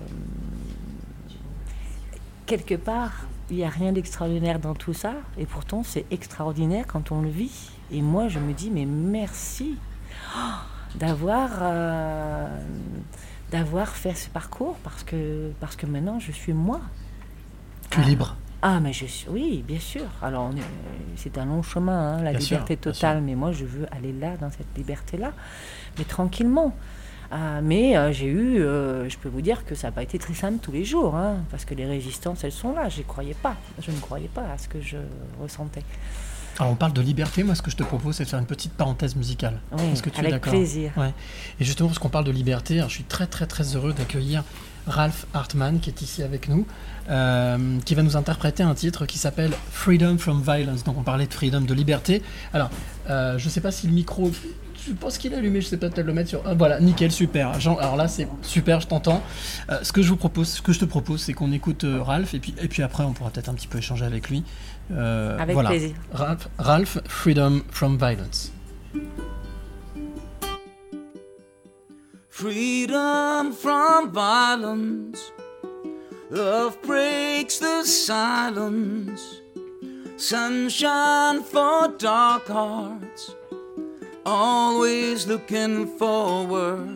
Speaker 9: quelque part, il n'y a rien d'extraordinaire dans tout ça, et pourtant c'est extraordinaire quand on le vit. Et moi, je me dis, mais merci oh, d'avoir, euh, d'avoir fait ce parcours, parce que, parce que maintenant, je suis moi.
Speaker 1: Tu es libre.
Speaker 9: Ah, mais je suis, oui, bien sûr. Alors, on est, c'est un long chemin, hein, la
Speaker 1: bien
Speaker 9: liberté
Speaker 1: sûr,
Speaker 9: totale, mais moi, je veux aller là, dans cette liberté-là, mais tranquillement. Euh, mais euh, j'ai eu, euh, je peux vous dire que ça n'a pas été très simple tous les jours, hein, parce que les résistances, elles sont là. Je ne croyais pas. Je ne croyais pas à ce que je ressentais.
Speaker 1: Alors on parle de liberté, moi ce que je te propose c'est de faire une petite parenthèse musicale.
Speaker 9: Oui,
Speaker 1: Est-ce que tu
Speaker 9: avec
Speaker 1: es d'accord?
Speaker 9: plaisir.
Speaker 1: Ouais. Et justement parce qu'on parle de liberté, alors, je suis très très très heureux d'accueillir Ralph Hartman qui est ici avec nous, euh, qui va nous interpréter un titre qui s'appelle Freedom from Violence. Donc on parlait de freedom, de liberté. Alors euh, je ne sais pas si le micro... Je pense qu'il est allumé, je sais pas, peut-être le mettre sur... Ah, voilà, nickel, super. Jean, alors là, c'est super, je t'entends. Euh, ce que je vous propose, ce que je te propose, c'est qu'on écoute euh, Ralph, et puis, et puis après, on pourra peut-être un petit peu échanger avec lui. Euh,
Speaker 9: avec
Speaker 1: voilà.
Speaker 9: plaisir.
Speaker 1: Ralph, Ralph, Freedom from Violence.
Speaker 10: Freedom from violence. Love breaks the silence. Sunshine for dark hearts. Always looking forward.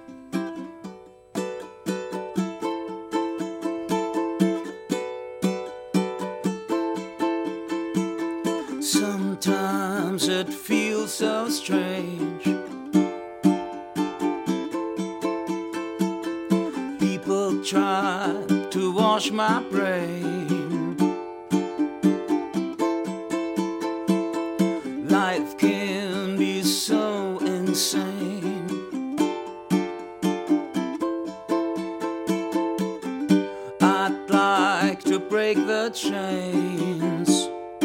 Speaker 10: Sometimes it feels so strange. People try to wash my brain. Life can be so insane. I'd like to break the chains.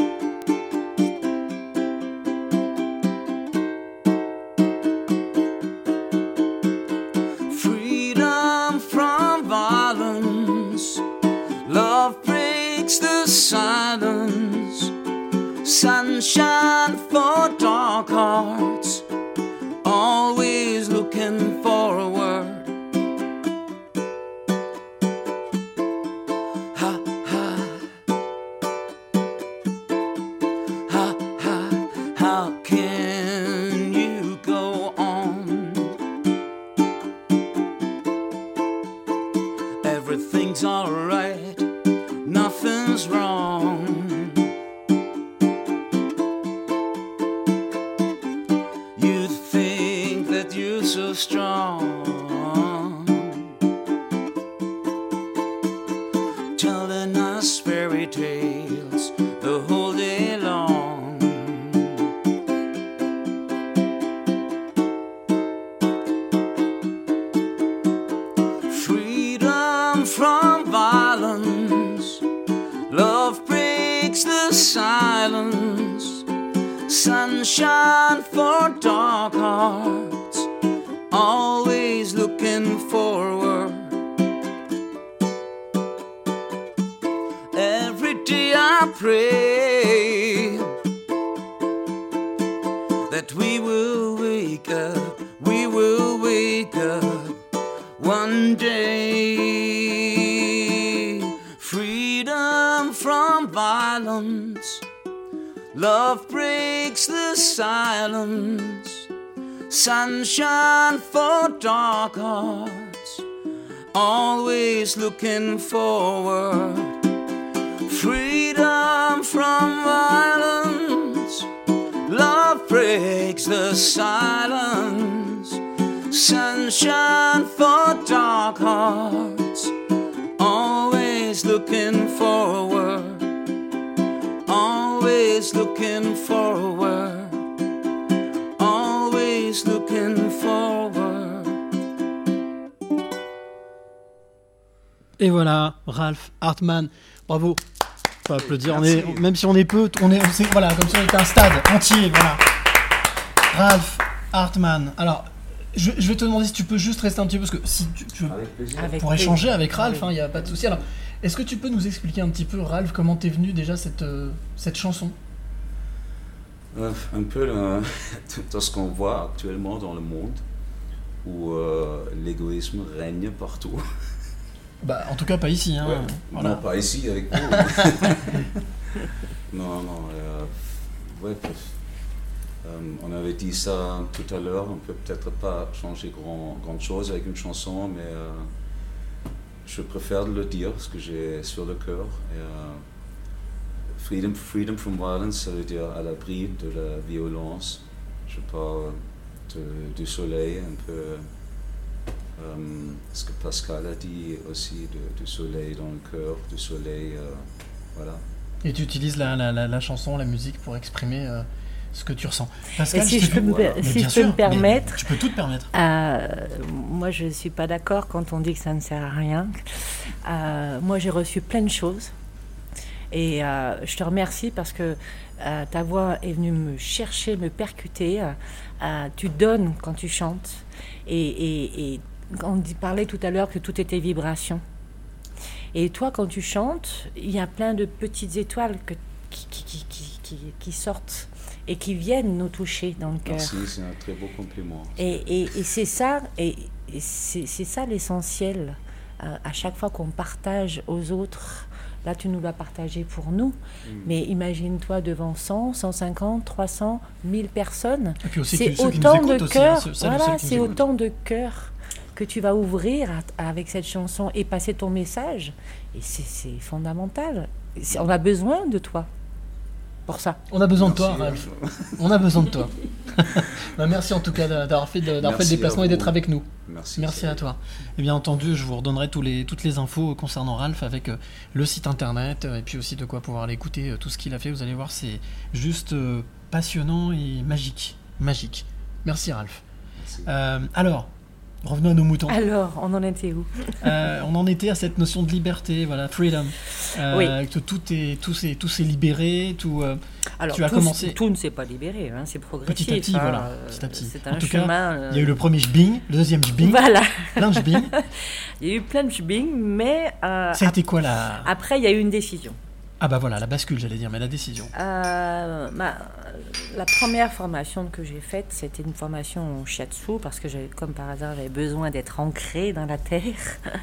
Speaker 10: Freedom from violence. Love breaks the silence. Sunshine for dark hearts, How can you go on? Everything's alright, nothing's wrong. You think that you're so strong, telling us fairy tales the whole day long. Freedom from violence, love breaks the silence, sunshine for dark hearts, always looking forward. Every day I pray that we will wake up, we will wake up one day. Freedom from violence, love breaks the silence, sunshine for dark hearts, always looking forward. Freedom from violence, love breaks the silence, sunshine for dark hearts, always looking forward, always looking forward, always looking forward.
Speaker 1: Et voilà, Ralph Hartman, bravo. On peut applaudir, on est, même si on est peu, on est, c'est, voilà, comme si on était un stade entier, voilà. Ralph Hartman. Alors, je, je vais te demander si tu peux juste rester un petit peu, parce que si tu, tu
Speaker 9: Avec
Speaker 1: pour
Speaker 9: plaisir.
Speaker 1: échanger avec Ralph, il n'y a pas de souci. Alors, est-ce que tu peux nous expliquer un petit peu, Ralph, comment t'es venu déjà cette, euh, cette chanson?
Speaker 7: Euh, un peu euh, dans ce qu'on voit actuellement dans le monde, où euh, l'égoïsme règne partout.
Speaker 1: Bah, en tout cas, pas ici. Hein.
Speaker 7: Ouais,
Speaker 1: Voilà.
Speaker 7: Non, pas ici avec vous. non, non. Euh, ouais, euh, on avait dit ça tout à l'heure. On peut peut-être pas changer grand, grand chose avec une chanson, mais euh, je préfère le dire ce que j'ai sur le cœur. Et, euh, freedom, freedom from violence, ça veut dire à l'abri de la violence. Je parle de, du soleil un peu. Euh, ce que Pascal a dit aussi, de, du soleil dans le cœur, du soleil, euh, voilà.
Speaker 1: Et tu utilises la, la, la, la chanson, la musique pour exprimer euh, ce que tu ressens. Pascal,
Speaker 9: Et si je peux me,
Speaker 1: voilà.
Speaker 9: si
Speaker 1: bien
Speaker 9: je peux
Speaker 1: sûr,
Speaker 9: me permettre,
Speaker 1: tu peux tout te permettre.
Speaker 9: Euh, moi, je ne suis pas d'accord quand on dit que ça ne sert à rien. Euh, moi, j'ai reçu plein de choses. Et euh, je te remercie parce que euh, ta voix est venue me chercher, me percuter. Euh, tu donnes quand tu chantes. Et, et, et on dit, parlait tout à l'heure que tout était vibration. Et toi, quand tu chantes, il y a plein de petites étoiles que, qui, qui, qui, qui, qui, qui sortent et qui viennent nous toucher dans le cœur.
Speaker 7: Merci, c'est un très beau compliment.
Speaker 9: Et, et, et c'est ça, et, et c'est, c'est ça l'essentiel. Euh, à chaque fois qu'on partage aux autres, là tu nous l'as partagé pour nous, mm. mais imagine-toi devant cent, cent cinquante, trois cents, mille personnes.
Speaker 1: Et puis aussi
Speaker 9: c'est
Speaker 1: que,
Speaker 9: autant de cœur,
Speaker 1: hein,
Speaker 9: voilà, c'est autant de cœur que tu vas ouvrir à, avec cette chanson et passer ton message. Et c'est, c'est fondamental. C'est, on a besoin de toi pour ça.
Speaker 1: On a besoin
Speaker 7: Merci,
Speaker 1: de toi, Ralph. On a besoin de toi. bah, merci en tout cas d'avoir fait, d'avoir fait le déplacement et d'être avec nous.
Speaker 7: Merci,
Speaker 1: merci à toi. Et bien entendu, je vous redonnerai tous les, toutes les infos concernant Ralph avec euh, le site internet euh, et puis aussi de quoi pouvoir l'écouter, euh, tout ce qu'il a fait. Vous allez voir, c'est juste euh, passionnant et magique. Magique. Merci Ralph.
Speaker 7: Merci.
Speaker 1: Euh, alors, revenons à nos moutons.
Speaker 9: Alors, on en était où?
Speaker 1: euh, On en était à cette notion de liberté, voilà, freedom. Euh,
Speaker 9: oui.
Speaker 1: Que tout est, tout s'est, tout s'est libéré, tout. Euh,
Speaker 9: Alors,
Speaker 1: tu as
Speaker 9: tout,
Speaker 1: commencé.
Speaker 9: Tout ne s'est pas libéré, hein, c'est progressif.
Speaker 1: Petit à petit,
Speaker 9: hein,
Speaker 1: voilà.
Speaker 9: euh,
Speaker 1: Petit à petit.
Speaker 9: C'est
Speaker 1: en
Speaker 9: un
Speaker 1: tout
Speaker 9: chemin.
Speaker 1: cas,
Speaker 9: euh...
Speaker 1: il y a eu le premier jbing, le deuxième jbing,
Speaker 9: voilà.
Speaker 1: plein de jbing.
Speaker 9: Il y a eu plein de jbing, mais. Euh,
Speaker 1: Ça a été quoi la.
Speaker 9: Après, il y a eu une décision.
Speaker 1: Ah bah voilà, la bascule, j'allais dire, mais la décision.
Speaker 9: Euh, ma, la première formation que j'ai faite, c'était une formation en shiatsu, parce que, j'avais, comme par hasard, j'avais besoin d'être ancrée dans la terre.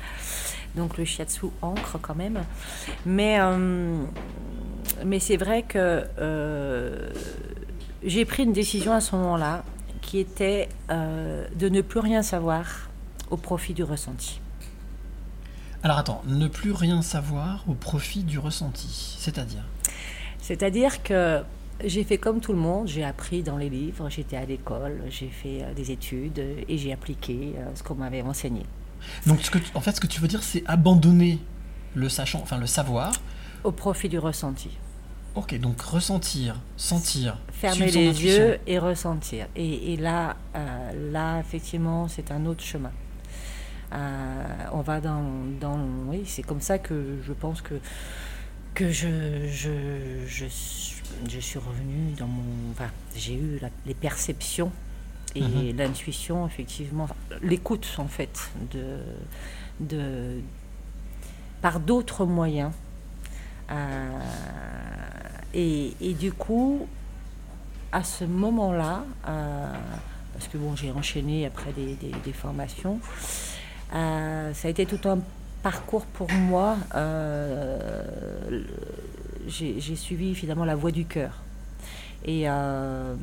Speaker 9: Donc le shiatsu ancre quand même. Mais, euh, mais c'est vrai que euh, j'ai pris une décision à ce moment-là qui était euh, de ne plus rien savoir au profit du ressenti.
Speaker 1: Alors attends, ne plus rien savoir au profit du ressenti, c'est-à-dire ?
Speaker 9: C'est-à-dire que j'ai fait comme tout le monde, j'ai appris dans les livres, j'étais à l'école, j'ai fait euh, des études euh, et j'ai appliqué euh, ce qu'on m'avait enseigné.
Speaker 1: Donc ce que tu- en fait, ce que tu veux dire, c'est abandonner le sachant, enfin le savoir.
Speaker 9: Au profit du ressenti.
Speaker 1: Ok, donc ressentir, sentir,
Speaker 9: Fermer
Speaker 1: suivre son
Speaker 9: les
Speaker 1: intuition.
Speaker 9: yeux et ressentir. Et, et là, euh, là, effectivement, c'est un autre chemin. Euh, on va dans, dans... Oui, c'est comme ça que je pense que, que je, je, je, suis- je suis revenue dans mon... Enfin, j'ai eu la- les perceptions et
Speaker 1: Mhm.
Speaker 9: l'intuition, effectivement, enfin, l'écoute, en fait, de, de, par d'autres moyens. Euh, et, et du coup, à ce moment-là, euh, parce que bon, j'ai enchaîné après des, des- des formations, euh, ça a été tout un parcours pour moi. Euh, le- j'ai, j'ai suivi finalement la voie du cœur. Et, euh,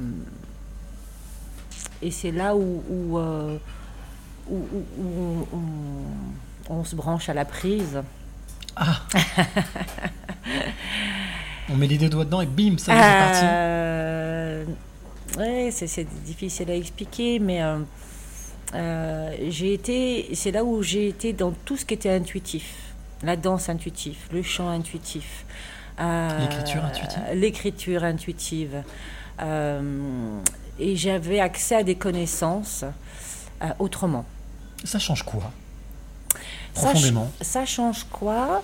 Speaker 9: et c'est là où, où, euh, où- où- où on, on- on se branche à la prise.
Speaker 1: Ah On met les deux doigts dedans et bim, ça y est, c'est parti.
Speaker 9: Euh, ouais, c'est, c'est difficile à expliquer, mais euh, euh, j'ai été, c'est là où j'ai été dans tout ce qui était intuitif, la danse intuitive, le chant intuitif, euh,
Speaker 1: L'écriture intuitive.
Speaker 9: l'écriture intuitive, Euh, et j'avais accès à des connaissances euh, autrement.
Speaker 1: Ça change quoi
Speaker 9: Ça
Speaker 1: Profondément.
Speaker 9: ch- Ça, change quoi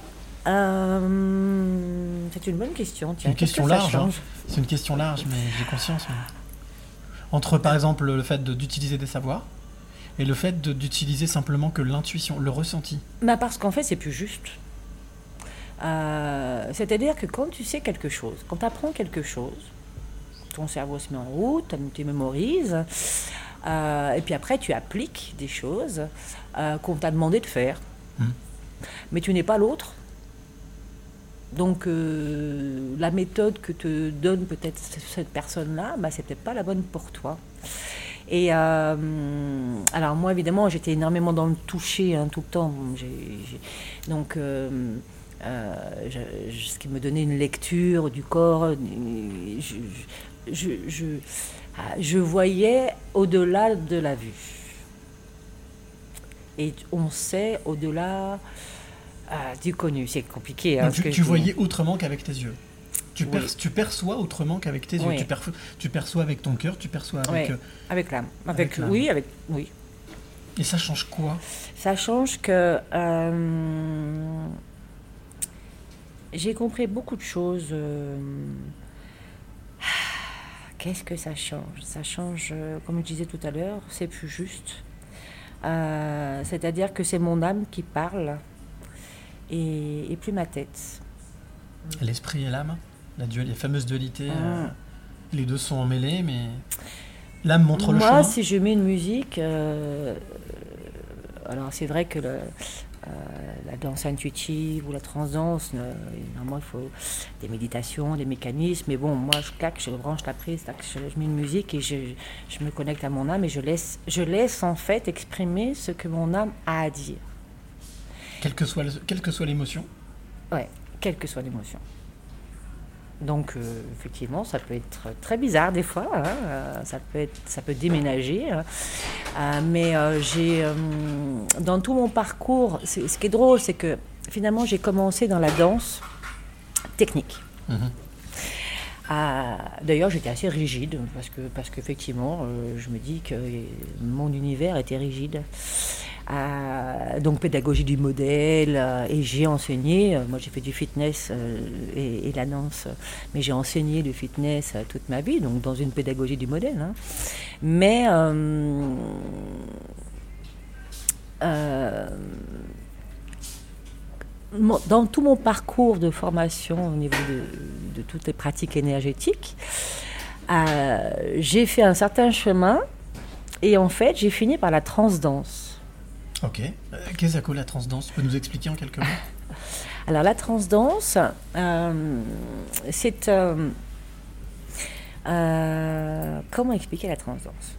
Speaker 9: Euh, C'est une bonne question.
Speaker 1: C'est une
Speaker 9: Qu'est-ce que
Speaker 1: question
Speaker 9: ça
Speaker 1: large. hein.
Speaker 9: change
Speaker 1: C'est une question large, mais j'ai conscience. mais- Entre, par exemple, le fait de- d'utiliser des savoirs et le fait de- d'utiliser simplement que l'intuition, le ressenti.
Speaker 9: Bah parce qu'en fait, c'est plus juste. Euh, c'est-à-dire que quand tu sais quelque chose, quand tu apprends quelque chose, ton cerveau se met en route, tu mémorises, euh, et puis après, tu appliques des choses euh, qu'on t'a demandé de faire.
Speaker 1: Hmm.
Speaker 9: Mais tu n'es pas l'autre. Donc, euh, la méthode que te donne peut-être cette personne-là, bah, c'est peut-être pas la bonne pour toi. Et euh, alors moi, évidemment, j'étais énormément dans le toucher hein, tout le temps. J'ai- j'ai- donc, euh, euh, je- je- ce qui me donnait une lecture du corps, je, je, je, je voyais au-delà de la vue. Et on sait au-delà euh, du connu. C'est compliqué. Hein,
Speaker 1: Donc,
Speaker 9: ce
Speaker 1: tu
Speaker 9: que
Speaker 1: tu
Speaker 9: je dis.
Speaker 1: voyais autrement qu'avec tes yeux. Tu,
Speaker 9: Oui.
Speaker 1: per- tu perçois autrement qu'avec tes yeux.
Speaker 9: Oui.
Speaker 1: Tu, perf- tu perçois avec ton cœur, tu perçois avec...
Speaker 9: Ouais,
Speaker 1: euh,
Speaker 9: avec l'âme. Avec,
Speaker 1: avec l'âme.
Speaker 9: Oui, avec, oui.
Speaker 1: Et ça change quoi
Speaker 9: Ça change que euh, j'ai compris beaucoup de choses. euh, Qu'est-ce que ça change? Ça change, euh, comme je disais tout à l'heure, c'est plus juste. Euh, c'est-à-dire que c'est mon âme qui parle et, et plus ma tête.
Speaker 1: L'esprit et l'âme, la, dual- la fameuse dualité,
Speaker 9: Ah.
Speaker 1: euh, les deux sont emmêlés, mais l'âme montre le
Speaker 9: Moi,
Speaker 1: chemin.
Speaker 9: si je mets une musique, euh, alors c'est vrai que le, euh, la danse intuitive ou la transdanse, euh, normalement il faut des méditations, des mécanismes, mais bon, moi je claque, je branche la prise, tac, je, je mets une musique et je, je me connecte à mon âme et je laisse, je laisse en fait exprimer ce que mon âme a à dire.
Speaker 1: Quelle que soit, le- quelle que soit l'émotion.
Speaker 9: Ouais, quelle que soit l'émotion. Donc, euh, effectivement, ça peut être très bizarre des fois, hein, euh, ça, peut être, ça peut déménager. hein. Euh, mais euh, j'ai, euh, dans tout mon parcours, c'est- ce qui est drôle, c'est que finalement, j'ai commencé dans la danse technique.
Speaker 1: Mhm.
Speaker 9: Euh, D'ailleurs, j'étais assez rigide, parce que parce qu'effectivement, euh, je me dis que mon univers était rigide. Euh, donc pédagogie du modèle, euh, et j'ai enseigné, euh, moi j'ai fait du fitness euh, et, et la danse, euh, mais j'ai enseigné le fitness euh, toute ma vie, donc dans une pédagogie du modèle. hein. Mais euh, euh, mon- dans tout mon parcours de formation au niveau de, de toutes les pratiques énergétiques, euh, j'ai fait un certain chemin et en fait j'ai fini par la transdanse.
Speaker 1: Ok. Euh, Qu'est-ce que la transdanse? Tu peux nous expliquer en quelques mots?
Speaker 9: Alors la transdanse, euh, c'est... euh, Euh, comment expliquer la transdanse?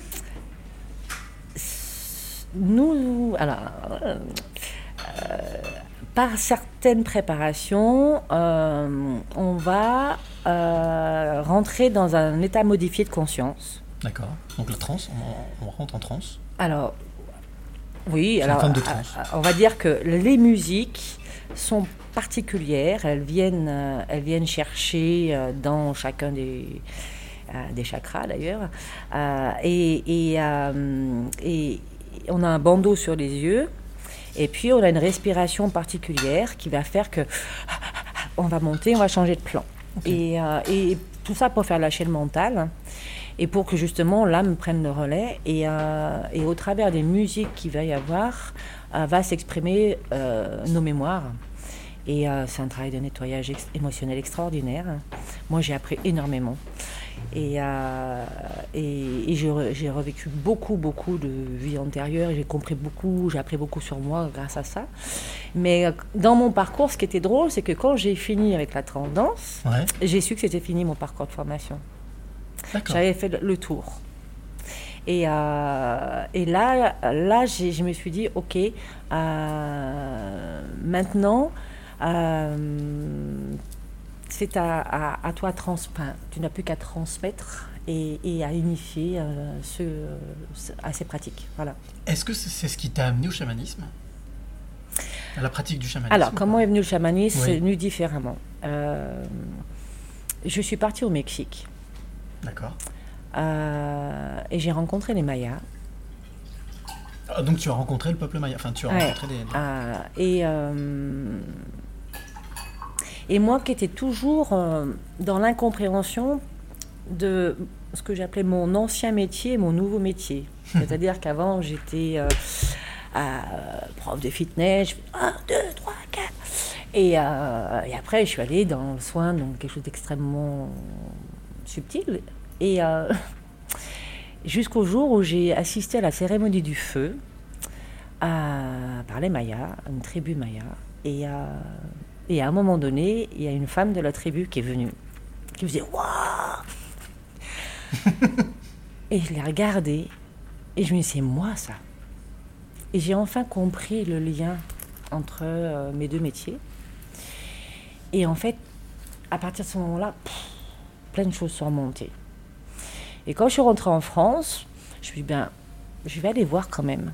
Speaker 9: Nous, alors, euh, euh, par certaines préparations, euh, on va euh, rentrer dans un état modifié de conscience.
Speaker 1: D'accord. Donc la transe, on, on rentre en transe.
Speaker 9: Alors, oui,
Speaker 1: C'est
Speaker 9: alors,
Speaker 1: une forme de transe.
Speaker 9: euh, on va dire que les musiques sont particulières. Elles viennent, euh, elles viennent chercher euh, dans chacun des, euh, des chakras d'ailleurs. Euh, et, et, euh, et on a un bandeau sur les yeux. Et puis on a une respiration particulière qui va faire que on va monter, on va changer de plan. Okay. Et, euh, et tout ça pour faire lâcher le mental. Et pour que justement l'âme prenne le relais. Et, euh, et au travers des musiques qu'il va y avoir, euh, va s'exprimer euh, nos mémoires. Et euh, c'est un travail de nettoyage ex- émotionnel extraordinaire. Moi, j'ai appris énormément. Et, euh, et, et j'ai, re- j'ai revécu beaucoup, beaucoup de vies antérieures. J'ai compris beaucoup, j'ai appris beaucoup sur moi grâce à ça. Mais euh, dans mon parcours, ce qui était drôle, c'est que quand j'ai fini avec la transdanse,
Speaker 1: Ouais.
Speaker 9: j'ai su que c'était fini mon parcours de formation.
Speaker 1: D'accord.
Speaker 9: J'avais fait le, le tour. Et, euh, et là, là j'ai, je me suis dit, ok, euh, maintenant, euh, c'est à, à, à toi, trans, enfin, tu n'as plus qu'à transmettre et, et à unifier euh, ce, ce, à ces pratiques. Voilà.
Speaker 1: Est-ce que c'est, c'est ce qui t'a amené au chamanisme? À la pratique du chamanisme?
Speaker 9: Alors, comment est venu le chamanisme?
Speaker 1: Oui.
Speaker 9: C'est venu différemment. Euh, je suis partie au Mexique.
Speaker 1: D'accord.
Speaker 9: Euh, et j'ai rencontré les Mayas.
Speaker 1: Ah, donc tu as rencontré le peuple maya, enfin tu as
Speaker 9: Ouais.
Speaker 1: rencontré des... des-
Speaker 9: Euh, et, euh, et moi qui étais toujours euh, dans l'incompréhension de ce que j'appelais mon ancien métier et mon nouveau métier. C'est-à-dire qu'avant j'étais euh, euh, prof de fitness, je fais un, deux, trois, quatre. Et, euh, et après je suis allée dans le soin, donc quelque chose d'extrêmement subtil. Et euh, jusqu'au jour où j'ai assisté à la cérémonie du feu euh, par les Mayas, une tribu Maya. Et, euh, et à un moment donné, il y a une femme de la tribu qui est venue, qui me disait « Waouh !» Et je l'ai regardée et je me suis dit « C'est moi ça !» Et j'ai enfin compris le lien entre euh, mes deux métiers. Et en fait, à partir de ce moment-là, pff, plein de choses sont remontées. Et quand je suis rentrée en France, je me suis dit, ben, je vais aller voir quand même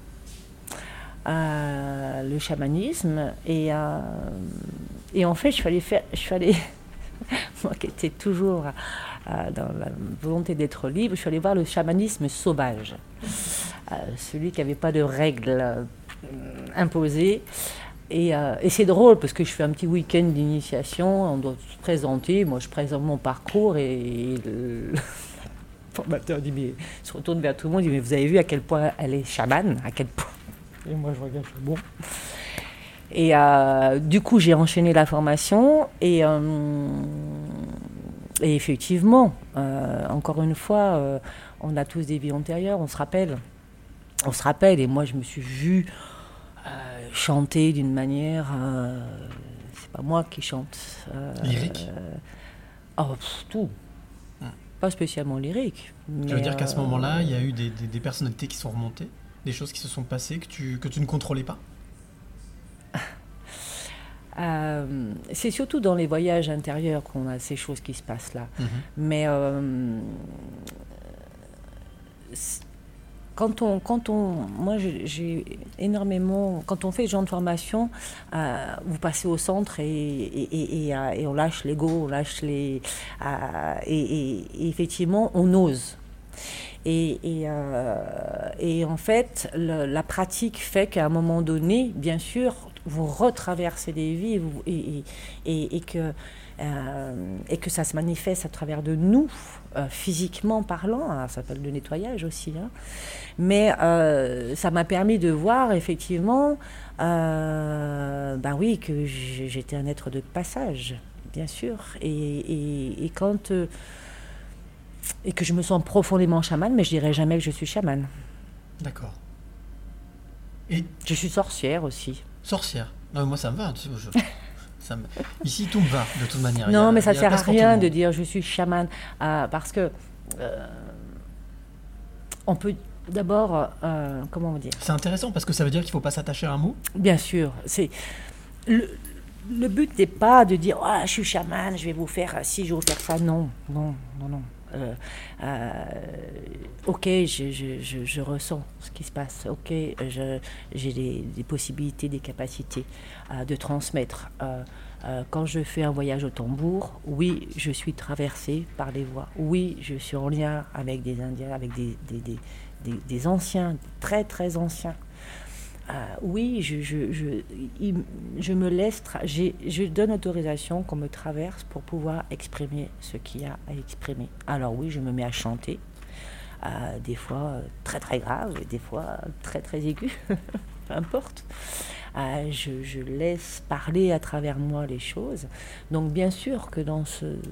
Speaker 9: euh, le chamanisme. Et, euh, et en fait, je suis allée faire, je suis allée, moi qui étais toujours euh, dans la volonté d'être libre, je suis allée voir le chamanisme sauvage. Euh, celui qui n'avait pas de règles euh, imposées. Et, euh, et c'est drôle parce que je fais un petit week-end d'initiation, on doit se présenter, moi je présente mon parcours et, et le formateur dit, mais, se retourne vers tout le monde, il dit mais vous avez vu à quel point elle est chamane, à quel point. Et moi je regarde, je fais bon. Et euh, du coup j'ai enchaîné la formation et, euh, et effectivement, euh, encore une fois, euh, on a tous des vies antérieures, on se rappelle, on se rappelle et moi je me suis vue Euh, chanter d'une manière, euh, c'est pas moi qui chante. Euh,
Speaker 1: Lyrique
Speaker 9: euh, Oh, pff, tout. Hum. Pas spécialement lyrique.
Speaker 1: Tu veux dire qu'à
Speaker 9: euh,
Speaker 1: ce moment-là, il y a eu des, des, des personnalités qui sont remontées, des choses qui se sont passées que tu, que tu ne contrôlais pas?
Speaker 9: euh, C'est surtout dans les voyages intérieurs qu'on a ces choses qui se passent là.
Speaker 1: Mm-hmm.
Speaker 9: Mais euh, Quand on, quand on, moi j'ai, j'ai énormément, quand on fait ce genre de formation, euh, vous passez au centre et, et, et, et, et on lâche l'ego, on lâche les, euh, et, et, et effectivement on ose. Et, et, euh, et en fait, le, la pratique fait qu'à un moment donné, bien sûr, vous retraversez des vies et, vous, et, et, et que Euh, et que ça se manifeste à travers de nous, euh, physiquement parlant, alors, ça s'appelle le nettoyage aussi, hein. Mais euh, ça m'a permis de voir effectivement, euh, ben oui, que j'étais un être de passage, bien sûr, et, et, et quand euh, et que je me sens profondément chamane, mais je dirais jamais que je suis chamane.
Speaker 1: D'accord. Et
Speaker 9: je suis sorcière aussi.
Speaker 1: Sorcière? Non, moi ça me va. Tu sais, je... Ça me... Ici, tout me va, de toute manière.
Speaker 9: Non,
Speaker 1: a,
Speaker 9: mais ça ne sert à rien de
Speaker 1: dire
Speaker 9: je suis chaman, euh, parce que euh, on peut d'abord, euh, comment on dit ?
Speaker 1: C'est intéressant parce que ça veut dire qu'il ne faut pas s'attacher à un mot.
Speaker 9: Bien sûr, c'est le, le but n'est pas de dire oh, je suis chaman, je vais vous faire ci, je vais vous faire ça. Non, non, non, non. Euh, euh, ok, je, je, je, je ressens ce qui se passe. Ok, je, j'ai des, des possibilités, des capacités euh, de transmettre. Euh, euh, quand je fais un voyage au tambour, oui, je suis traversée par les voix. Oui, je suis en lien avec des Indiens, avec des, des, des, des, des anciens, très très anciens. Euh, oui, je, je, je, il, je me laisse, tra- j'ai, je donne autorisation qu'on me traverse pour pouvoir exprimer ce qu'il y a à exprimer. Alors oui, je me mets à chanter, euh, des fois euh, très très grave, et des fois euh, très très aigu, peu importe. Euh, je, je laisse parler à travers moi les choses. Donc bien sûr que dans ce... Euh,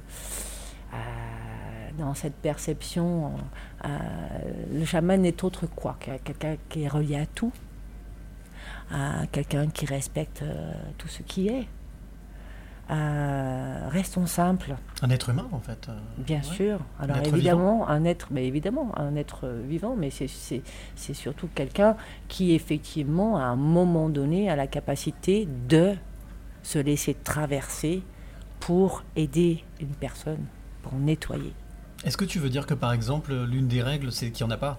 Speaker 9: dans cette perception, euh, le chaman n'est autre quoi, quelqu'un qui est relié à tout. À quelqu'un qui respecte euh, tout ce qui est. Euh, restons simples.
Speaker 1: Un être humain, en fait. Euh,
Speaker 9: Bien ouais. sûr. Alors évidemment, vivant. un être, mais évidemment, un être vivant, mais c'est, c'est, c'est surtout quelqu'un qui, effectivement, à un moment donné, a la capacité de se laisser traverser pour aider une personne, pour nettoyer.
Speaker 1: Est-ce que tu veux dire que, par exemple, l'une des règles, c'est qu'il n'y en a pas ?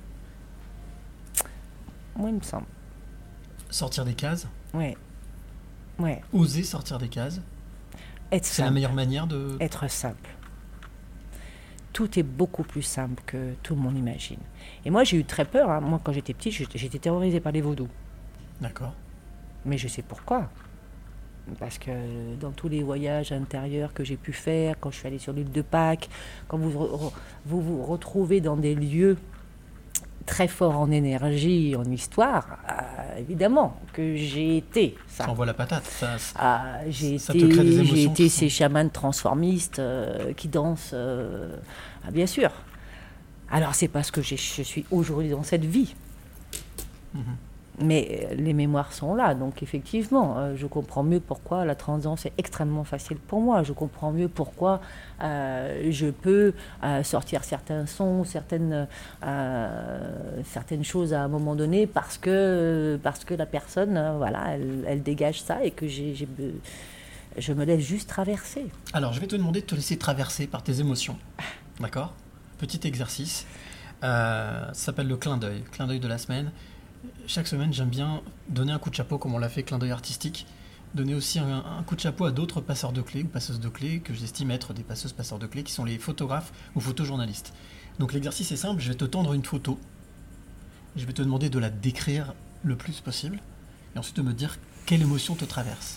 Speaker 9: Moi, il me semble.
Speaker 1: Sortir des cases ?
Speaker 9: Ouais. Ouais.
Speaker 1: Oser sortir des cases ?
Speaker 9: Être
Speaker 1: C'est
Speaker 9: simple.
Speaker 1: la meilleure manière de...
Speaker 9: Être simple. Tout est beaucoup plus simple que tout le monde imagine. Et moi, j'ai eu très peur. Hein. Moi, quand j'étais petite, j'étais, j'étais terrorisée par les vaudous.
Speaker 1: D'accord.
Speaker 9: Mais je sais pourquoi. Parce que dans tous les voyages intérieurs que j'ai pu faire, quand je suis allée sur l'île de Pâques, quand vous re- vous, vous retrouvez dans des lieux très forts en énergie, en histoire, euh, évidemment que j'ai été ça.
Speaker 1: Ça envoie la patate. Ça,
Speaker 9: ah, j'ai
Speaker 1: ça
Speaker 9: été,
Speaker 1: te crée des émotions.
Speaker 9: J'ai été ces chamans transformistes euh, qui dansent, euh, ah, bien sûr. Alors c'est parce que j'ai, je suis aujourd'hui dans cette vie. Mm-hmm. Mais les mémoires sont là, donc effectivement, euh, je comprends mieux pourquoi la transhumance est extrêmement facile pour moi. Je comprends mieux pourquoi euh, je peux euh, sortir certains sons, certaines, euh, certaines choses à un moment donné, parce que, parce que la personne, euh, voilà, elle, elle dégage ça et que j'ai, j'ai, je me laisse juste traverser.
Speaker 1: Alors, je vais te demander de te laisser traverser par tes émotions, d'accord ? Petit exercice, euh, ça s'appelle le clin d'œil, clin d'œil de la semaine. Chaque semaine, j'aime bien donner un coup de chapeau, comme on l'a fait, clin d'œil artistique. Donner aussi un, un coup de chapeau à d'autres passeurs de clés ou passeuses de clés que j'estime être des passeuses passeurs de clés, qui sont les photographes ou photojournalistes. Donc l'exercice est simple, je vais te tendre une photo. Je vais te demander de la décrire le plus possible. Et ensuite de me dire quelle émotion te traverse.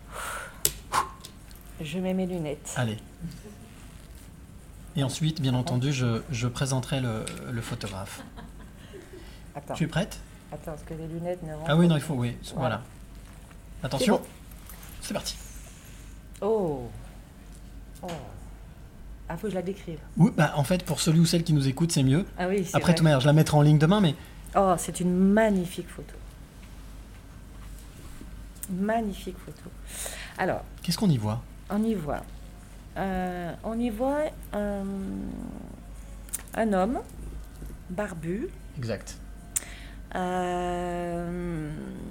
Speaker 9: Je mets mes lunettes.
Speaker 1: Allez. Et ensuite, bien entendu, je, je présenterai le, le photographe.
Speaker 9: Attends.
Speaker 1: Tu es prête ?
Speaker 9: Attends, parce que les lunettes ne rentrent
Speaker 1: Ah oui, non,
Speaker 9: pas.
Speaker 1: il faut, oui. Voilà. voilà. Attention. C'est, c'est parti.
Speaker 9: Oh. Oh. Ah, faut que je la décrive.
Speaker 1: Oui, bah en fait, pour celui ou celle qui nous écoute, c'est mieux.
Speaker 9: Ah oui, c'est
Speaker 1: Après,
Speaker 9: vrai.
Speaker 1: de toute manière, je la mettrai en ligne demain, mais...
Speaker 9: Oh, c'est une magnifique photo. Magnifique photo. Alors...
Speaker 1: Qu'est-ce qu'on y voit ?
Speaker 9: On y voit... Euh, on y voit un, un homme barbu.
Speaker 1: Exact.
Speaker 9: Euh,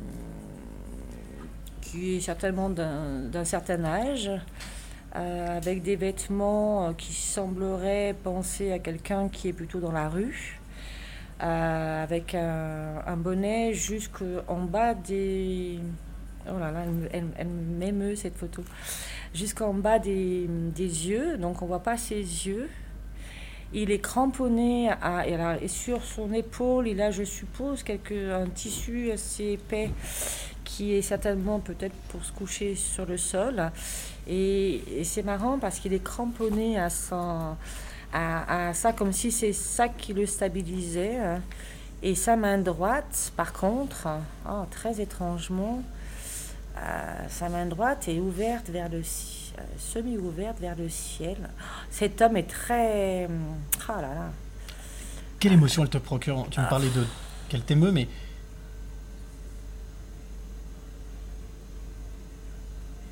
Speaker 9: qui est certainement d'un, d'un certain âge, euh, avec des vêtements qui sembleraient penser à quelqu'un qui est plutôt dans la rue, euh, avec un, un bonnet jusqu'en bas des... Oh là là, elle, elle, elle m'émeut cette photo. Jusqu'en bas des, des yeux, donc on ne voit pas ses yeux. Il est cramponné à, et alors, et sur son épaule, il a, je suppose, quelque, un tissu assez épais qui est certainement peut-être pour se coucher sur le sol. Et, et c'est marrant parce qu'il est cramponné à, son, à, à ça, comme si c'est ça qui le stabilisait. Et sa main droite, par contre, oh, très étrangement, euh, sa main droite est ouverte vers le ciel. Semi-ouverte vers le ciel. Cet homme est très... Ah là là.
Speaker 1: Quelle émotion elle te procure ? Tu me parlais de... qu'elle t'émeut, mais...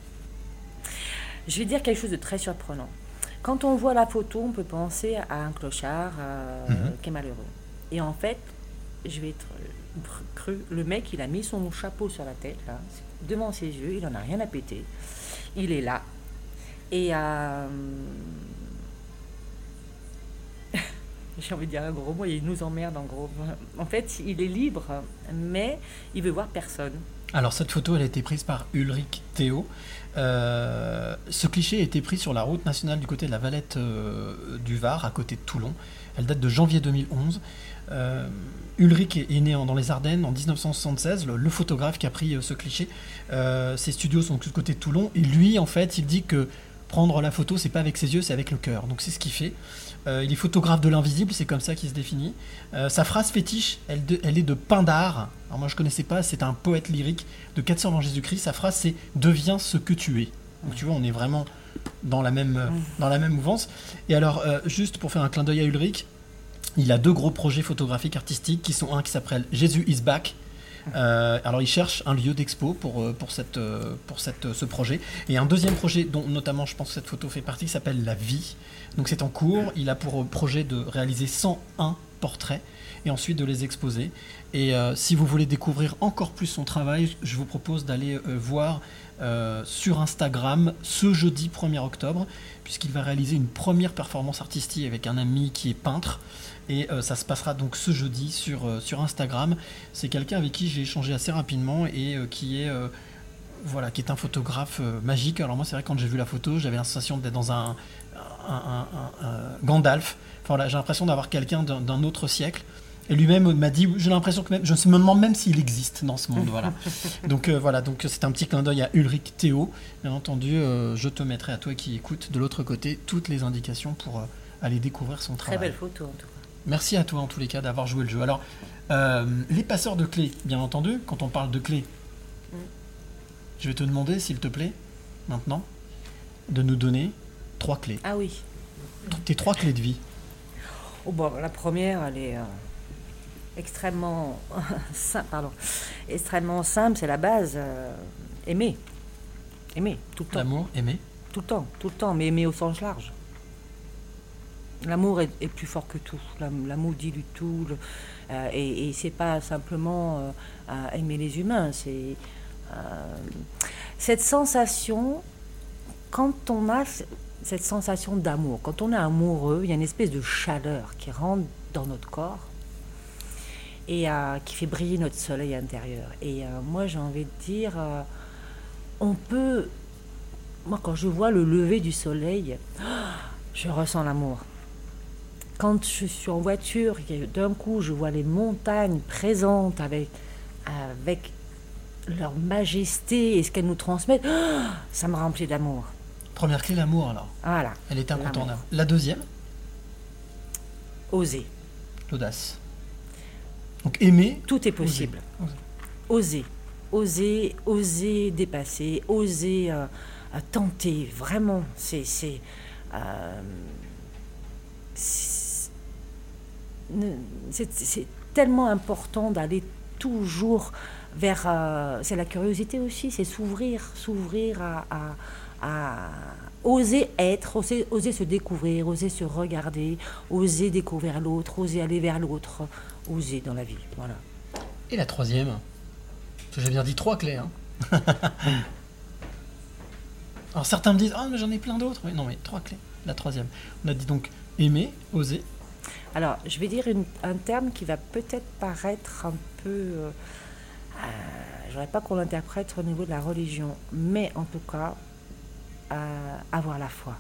Speaker 9: Je vais dire quelque chose de très surprenant. Quand on voit la photo, on peut penser à un clochard euh,
Speaker 1: Mhm.
Speaker 9: qui est malheureux. Et en fait, je vais être euh, cru, le mec, il a mis son chapeau sur la tête, là, devant ses yeux, il en a rien à péter. Il est là. Et euh, j'ai envie de dire un gros mot, il nous emmerde en gros. En fait, il est libre, mais il veut voir personne.
Speaker 1: Alors cette photo, elle a été prise par Ulrich Théo. Euh, ce cliché a été pris sur la route nationale du côté de la Valette euh, du Var, à côté de Toulon. Elle date de janvier deux mille onze. Euh, Ulrich est, est né en- dans les Ardennes en dix-neuf cent soixante-seize, le, le photographe qui a pris euh, ce cliché. Euh, ses studios sont du côté de Toulon. Et lui, en fait, il dit que prendre la photo, c'est pas avec ses yeux, c'est avec le cœur. Donc c'est ce qu'il fait. Euh, il est photographe de l'invisible, c'est comme ça qu'il se définit. Euh, sa phrase fétiche, elle, de- elle est de Pindare. Alors moi je connaissais pas, c'est un poète lyrique de quatre cents avant Jésus-Christ. Sa phrase c'est « Deviens ce que tu es ». Donc tu vois, on est vraiment dans la même, euh, dans la même mouvance. Et alors, euh, juste pour faire un clin d'œil à Ulrich, il a deux gros projets photographiques artistiques qui sont un qui s'appelle « Jésus is back ». Euh, alors il cherche un lieu d'expo pour, euh, pour, cette, euh, pour cette, euh, ce projet. Et un deuxième projet dont notamment je pense que cette photo fait partie qui s'appelle La Vie. Donc c'est en cours. Il a pour euh, projet de réaliser cent un portraits et ensuite de les exposer. Et euh, si vous voulez découvrir encore plus son travail, je vous propose d'aller euh, voir euh, sur Instagram ce jeudi premier octobre, puisqu'il va réaliser une première performance artistique avec un ami qui est peintre. Et euh, ça se passera donc ce jeudi sur, euh, sur Instagram. C'est quelqu'un avec qui j'ai échangé assez rapidement et euh, qui est euh, voilà, qui est un photographe euh, magique. Alors moi c'est vrai, quand j'ai vu la photo, j'avais la sensation d'être dans un, un, un, un- un Gandalf. Enfin, voilà, j'ai l'impression d'avoir quelqu'un d'un, d'un autre siècle. Et lui-même m'a dit, j'ai l'impression que même, je me demande même s'il existe dans ce monde. Voilà. Donc euh, voilà, donc c'est un petit clin d'œil à Ulrich Théo. Bien entendu, euh, je te mettrai à toi qui écoutes de l'autre côté toutes les indications pour euh, aller découvrir son
Speaker 9: Très
Speaker 1: travail.
Speaker 9: belle photo en tout cas.
Speaker 1: Merci à toi en tous les cas d'avoir joué le jeu. Alors, euh, les passeurs de clés, bien entendu, quand on parle de clés,
Speaker 9: Mm.
Speaker 1: je vais te demander, s'il te plaît, maintenant, de nous donner trois clés.
Speaker 9: Ah oui.
Speaker 1: Tes trois clés de vie.
Speaker 9: Oh, bon, la première, elle est euh, extrêmement simple. Pardon. Extrêmement simple, c'est la base. euh, aimer. Aimer, tout le temps.
Speaker 1: L'amour, aimer.
Speaker 9: Tout le temps, tout le temps, mais aimer au sens large. L'amour est, est plus fort que tout. L'am- L'amour dilue tout. le- euh, et et c'est pas simplement euh, à aimer les humains. C'est euh, cette sensation, quand on a c- cette sensation d'amour, quand on est amoureux, il y a une espèce de chaleur qui rentre dans notre corps et euh, qui fait briller notre soleil intérieur. Et euh, moi, j'ai envie de dire, euh, on peut. Moi, quand je vois le lever du soleil, je ressens l'amour. Quand je suis en voiture, et d'un coup, je vois les montagnes présentes avec, avec leur majesté et ce qu'elles nous transmettent, ça me remplit d'amour.
Speaker 1: Première clé, l'amour alors.
Speaker 9: Voilà.
Speaker 1: Elle est incontournable.
Speaker 9: L'amour.
Speaker 1: La deuxième,
Speaker 9: Oser.
Speaker 1: l'audace. Donc aimer.
Speaker 9: Tout est possible.
Speaker 1: Oser.
Speaker 9: Oser. Oser, oser dépasser, oser euh, euh, tenter. Vraiment, c'est... c'est, euh, c'est- ne- c'est c'est tellement important d'aller toujours vers... euh, c'est la curiosité aussi, c'est s'ouvrir, s'ouvrir à, à- à oser être, oser, oser se découvrir, oser se regarder, oser découvrir l'autre, oser aller vers l'autre, oser dans la vie. Voilà.
Speaker 1: Et la troisième, parce que j'ai bien dit trois clés. Hein. Alors certains me disent, ah mais j'en ai plein d'autres. Oui, non mais trois clés. La troisième. On a dit donc aimer, oser.
Speaker 9: Alors, je vais dire une- un terme qui va peut-être paraître un peu... Euh, euh, je ne voudrais pas qu'on l'interprète au niveau de la religion, mais en tout cas, euh, avoir la foi.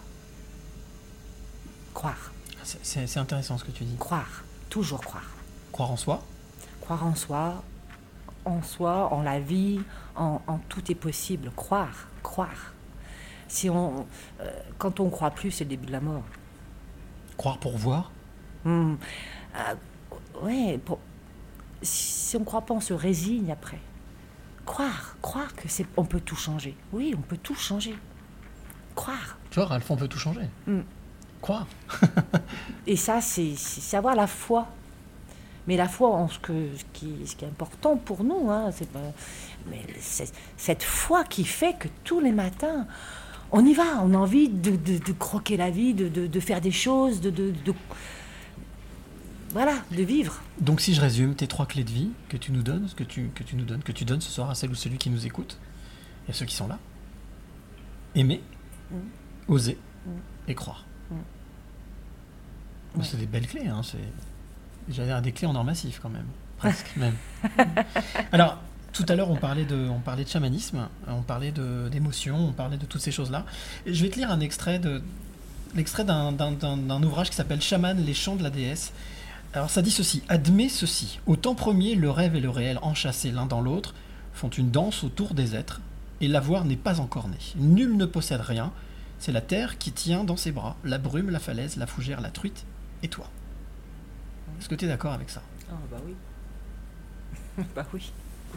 Speaker 9: Croire.
Speaker 1: C'est, c'est- c'est intéressant ce que tu dis.
Speaker 9: Croire. Toujours croire.
Speaker 1: Croire en soi.
Speaker 9: Croire en soi, en soi, en la vie, en, en tout est possible. Croire. Croire. Si on, euh, quand on ne croit plus, c'est le début de la mort.
Speaker 1: Croire pour voir.
Speaker 9: Hmm. Euh, ouais, pour- si on ne croit pas, on se résigne après. Croire, croire que c'est, on peut tout changer. Oui, on peut tout changer. Croire.
Speaker 1: Tu vois, Ralph, on peut tout changer.
Speaker 9: Hmm.
Speaker 1: Croire.
Speaker 9: Et ça, c'est, c'est c'est avoir la foi. Mais la foi en ce, que, ce, qui, ce qui est important pour nous, hein, c'est pas, mais c'est cette foi qui fait que tous les matins, on y va, on a envie de, de, de croquer la vie, de, de, de faire des choses, de, de, de... Voilà, de vivre.
Speaker 1: Donc si je résume tes trois clés de vie que tu nous donnes, que tu, que tu nous donnes, que tu donnes ce soir à celle ou celui qui nous écoute, et à ceux qui sont là. Aimer, mmh. oser mmh. et croire. Mmh. Ouais. C'est des belles clés, hein, c'est... J'allais dire des clés en or massif quand même, presque même. Alors, tout à l'heure on parlait de, on parlait de chamanisme, on parlait de, d'émotions, on parlait de toutes ces choses-là. Et je vais te lire un extrait, de, l'extrait d'un, d'un, d'un, d'un ouvrage qui s'appelle Chaman, les chants de la déesse. Alors ça dit ceci: admets ceci, au temps premier, le rêve et le réel enchâssés l'un dans l'autre font une danse autour des êtres, et l'avoir n'est pas encore né. Nul ne possède rien, c'est la terre qui tient dans ses bras, la brume, la falaise, la fougère, la truite, et toi. Est-ce que tu es d'accord avec ça?
Speaker 9: Ah bah oui. Bah oui.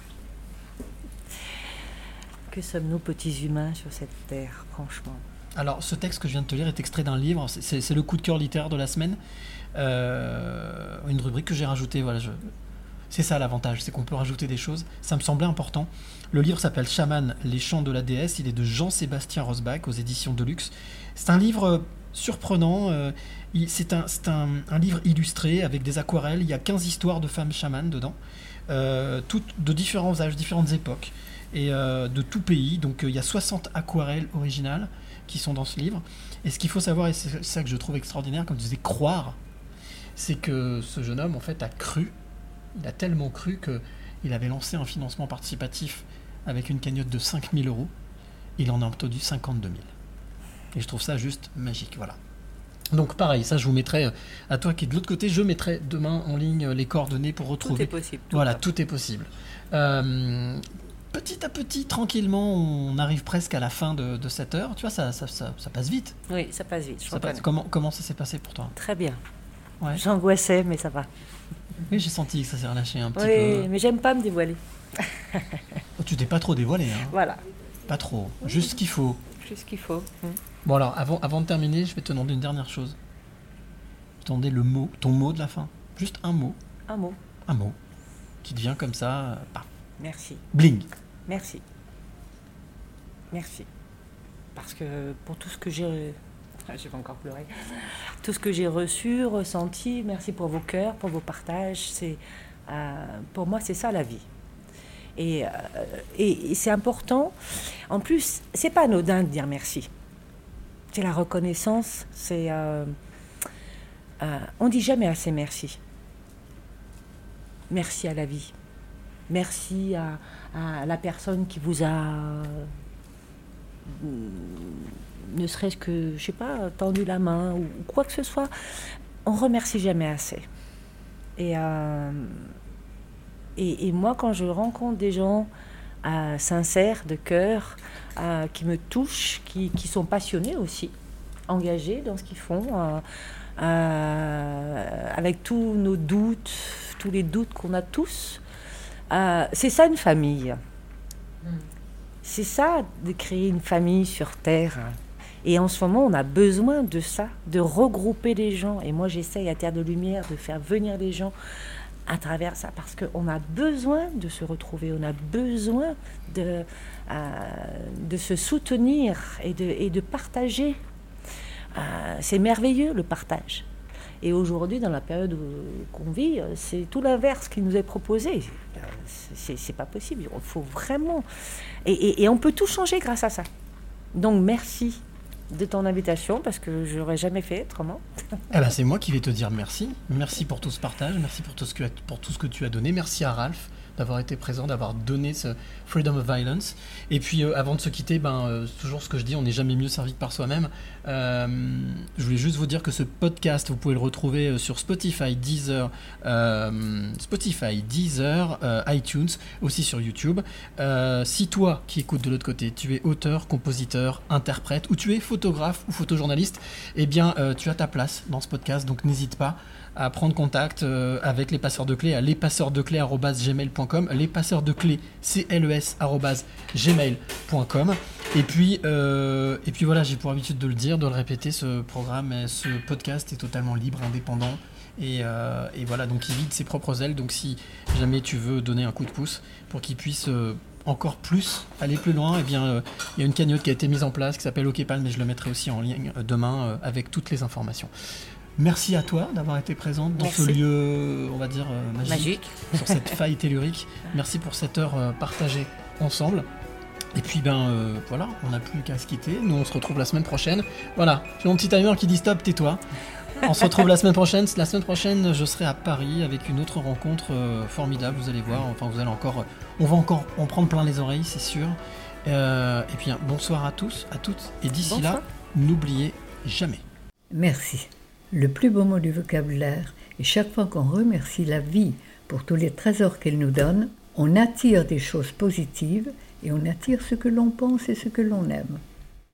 Speaker 9: Que sommes-nous petits humains sur cette terre, franchement.
Speaker 1: Alors ce texte que je viens de te lire est extrait d'un livre, c'est, c'est, c'est le coup de cœur littéraire de la semaine. Euh, une rubrique que j'ai rajoutée, voilà, je... c'est ça l'avantage, c'est qu'on peut rajouter des choses, ça me semblait important. Le livre s'appelle Chaman, les chants de la déesse, il est de Jean-Sébastien Rosbach aux éditions Deluxe. C'est un livre surprenant, euh, il, c'est, un, c'est un, un livre illustré avec des aquarelles, il y a quinze histoires de femmes chamanes dedans, euh, toutes de différents âges, différentes époques, et euh, de tout pays, donc euh, il y a soixante aquarelles originales qui sont dans ce livre, et ce qu'il faut savoir, et c'est ça que je trouve extraordinaire, comme tu disais, croire, c'est que ce jeune homme en fait a cru, il a tellement cru qu'il avait lancé un financement participatif avec une cagnotte de cinq mille euros, il en a obtenu cinquante-deux mille. Et je trouve ça juste magique, voilà. Donc pareil, ça je vous mettrai, à toi qui est de l'autre côté, je mettrai demain en ligne les coordonnées pour retrouver.
Speaker 9: Tout est possible. Tout
Speaker 1: voilà, tout est possible. Euh, petit à petit, tranquillement, on arrive presque à la fin de, de cette heure. Tu vois, ça, ça, ça, ça passe vite.
Speaker 9: Oui, ça passe vite. Je
Speaker 1: ça passe, comment, comment ça s'est passé pour toi?
Speaker 9: Très bien.
Speaker 1: Ouais.
Speaker 9: J'angoissais, mais ça va.
Speaker 1: Oui, j'ai senti que ça s'est relâché un petit
Speaker 9: oui,
Speaker 1: peu.
Speaker 9: Oui, mais j'aime pas me dévoiler.
Speaker 1: Oh, tu t'es pas trop dévoilé, hein?
Speaker 9: Voilà.
Speaker 1: Pas trop. Juste ce qu'il faut.
Speaker 9: Juste ce qu'il faut. Mmh.
Speaker 1: Bon alors, avant, avant de terminer, je vais te demander une dernière chose. Je vais te demander le mot, ton mot de la fin. Juste un mot.
Speaker 9: Un mot.
Speaker 1: Un mot. Qui te vient comme ça, euh, paf.
Speaker 9: Merci.
Speaker 1: Bling.
Speaker 9: Merci. Merci. Parce que pour tout ce que j'ai... Je vais encore pleurer. Tout ce que j'ai reçu, ressenti, merci pour vos cœurs, pour vos partages. C'est, euh, pour moi, c'est ça la vie. Et, euh, et, et c'est important. En plus, c'est pas anodin de dire merci. C'est la reconnaissance. C'est, euh, euh, on dit jamais assez merci. Merci à la vie. Merci à, à la personne qui vous a... Euh, ne serait-ce que, je sais pas, tendu la main ou quoi que ce soit, on remercie jamais assez. Et, euh, et, et moi, quand je rencontre des gens euh, sincères, de cœur, euh, qui me touchent, qui, qui sont passionnés aussi, engagés dans ce qu'ils font, euh, euh, avec tous nos doutes, tous les doutes qu'on a tous, euh, c'est ça une famille. Mm. C'est ça de créer une famille sur Terre. Et en ce moment, on a besoin de ça, de regrouper les gens. Et moi, j'essaye à Terre de Lumière de faire venir les gens à travers ça, parce qu'on a besoin de se retrouver, on a besoin de, euh, de se soutenir et de, et de partager. Euh, c'est merveilleux, le partage. Et aujourd'hui, dans la période qu'on vit, c'est tout l'inverse qui nous est proposé. C'est, c'est pas possible, il faut vraiment... Et, et, et on peut tout changer grâce à ça. Donc, merci de ton invitation, parce que je n'aurais jamais fait autrement.
Speaker 1: Eh ben, c'est moi qui vais te dire merci. Merci pour tout ce partage, merci pour tout ce que, pour tout ce que tu as donné. Merci à Ralph d'avoir été présent, d'avoir donné ce Freedom of Violence. Et puis, euh, avant de se quitter, ben, euh, toujours ce que je dis, on n'est jamais mieux servi que par soi-même. Euh, je voulais juste vous dire que ce podcast, vous pouvez le retrouver sur Spotify, Deezer, euh, Spotify, Deezer, euh, iTunes, aussi sur YouTube. Euh, si toi, qui écoutes de l'autre côté, tu es auteur, compositeur, interprète, ou tu es photographe ou photojournaliste, eh bien, euh, tu as ta place dans ce podcast, donc n'hésite pas à prendre contact euh, avec les passeurs de clés à lespasseursdeclés arobase gmail point com, les passeurs de clés C L E S arobase gmail point com. Et puis, euh, et puis voilà, j'ai pour habitude de le dire, de le répéter, ce programme, ce podcast est totalement libre, indépendant. Et, euh, et voilà, donc il vide ses propres ailes. Donc si jamais tu veux donner un coup de pouce pour qu'il puisse euh, encore plus, aller plus loin, eh bien, euh, il y a une cagnotte qui a été mise en place qui s'appelle OK Palm, mais je le mettrai aussi en lien euh, demain euh, avec toutes les informations. Merci à toi d'avoir été présente dans
Speaker 9: Merci.
Speaker 1: ce lieu, on va dire, euh, magique,
Speaker 9: Magique.
Speaker 1: sur cette faille tellurique. Merci pour cette heure euh, partagée ensemble. Et puis, ben euh, voilà, on n'a plus qu'à se quitter. Nous, on se retrouve la semaine prochaine. Voilà, j'ai mon petit timer qui dit stop, tais-toi. On se retrouve la semaine prochaine. La semaine prochaine, je serai à Paris avec une autre rencontre euh, formidable. Vous allez voir. Enfin, vous allez encore, on va encore en prendre plein les oreilles, c'est sûr. Euh, et puis, hein, bonsoir à tous, à toutes. Et d'ici
Speaker 9: Bonsoir.
Speaker 1: là, n'oubliez jamais.
Speaker 11: Merci. Le plus beau mot du vocabulaire est chaque fois qu'on remercie la vie pour tous les trésors qu'elle nous donne, on attire des choses positives et on attire ce que l'on pense et ce que l'on aime.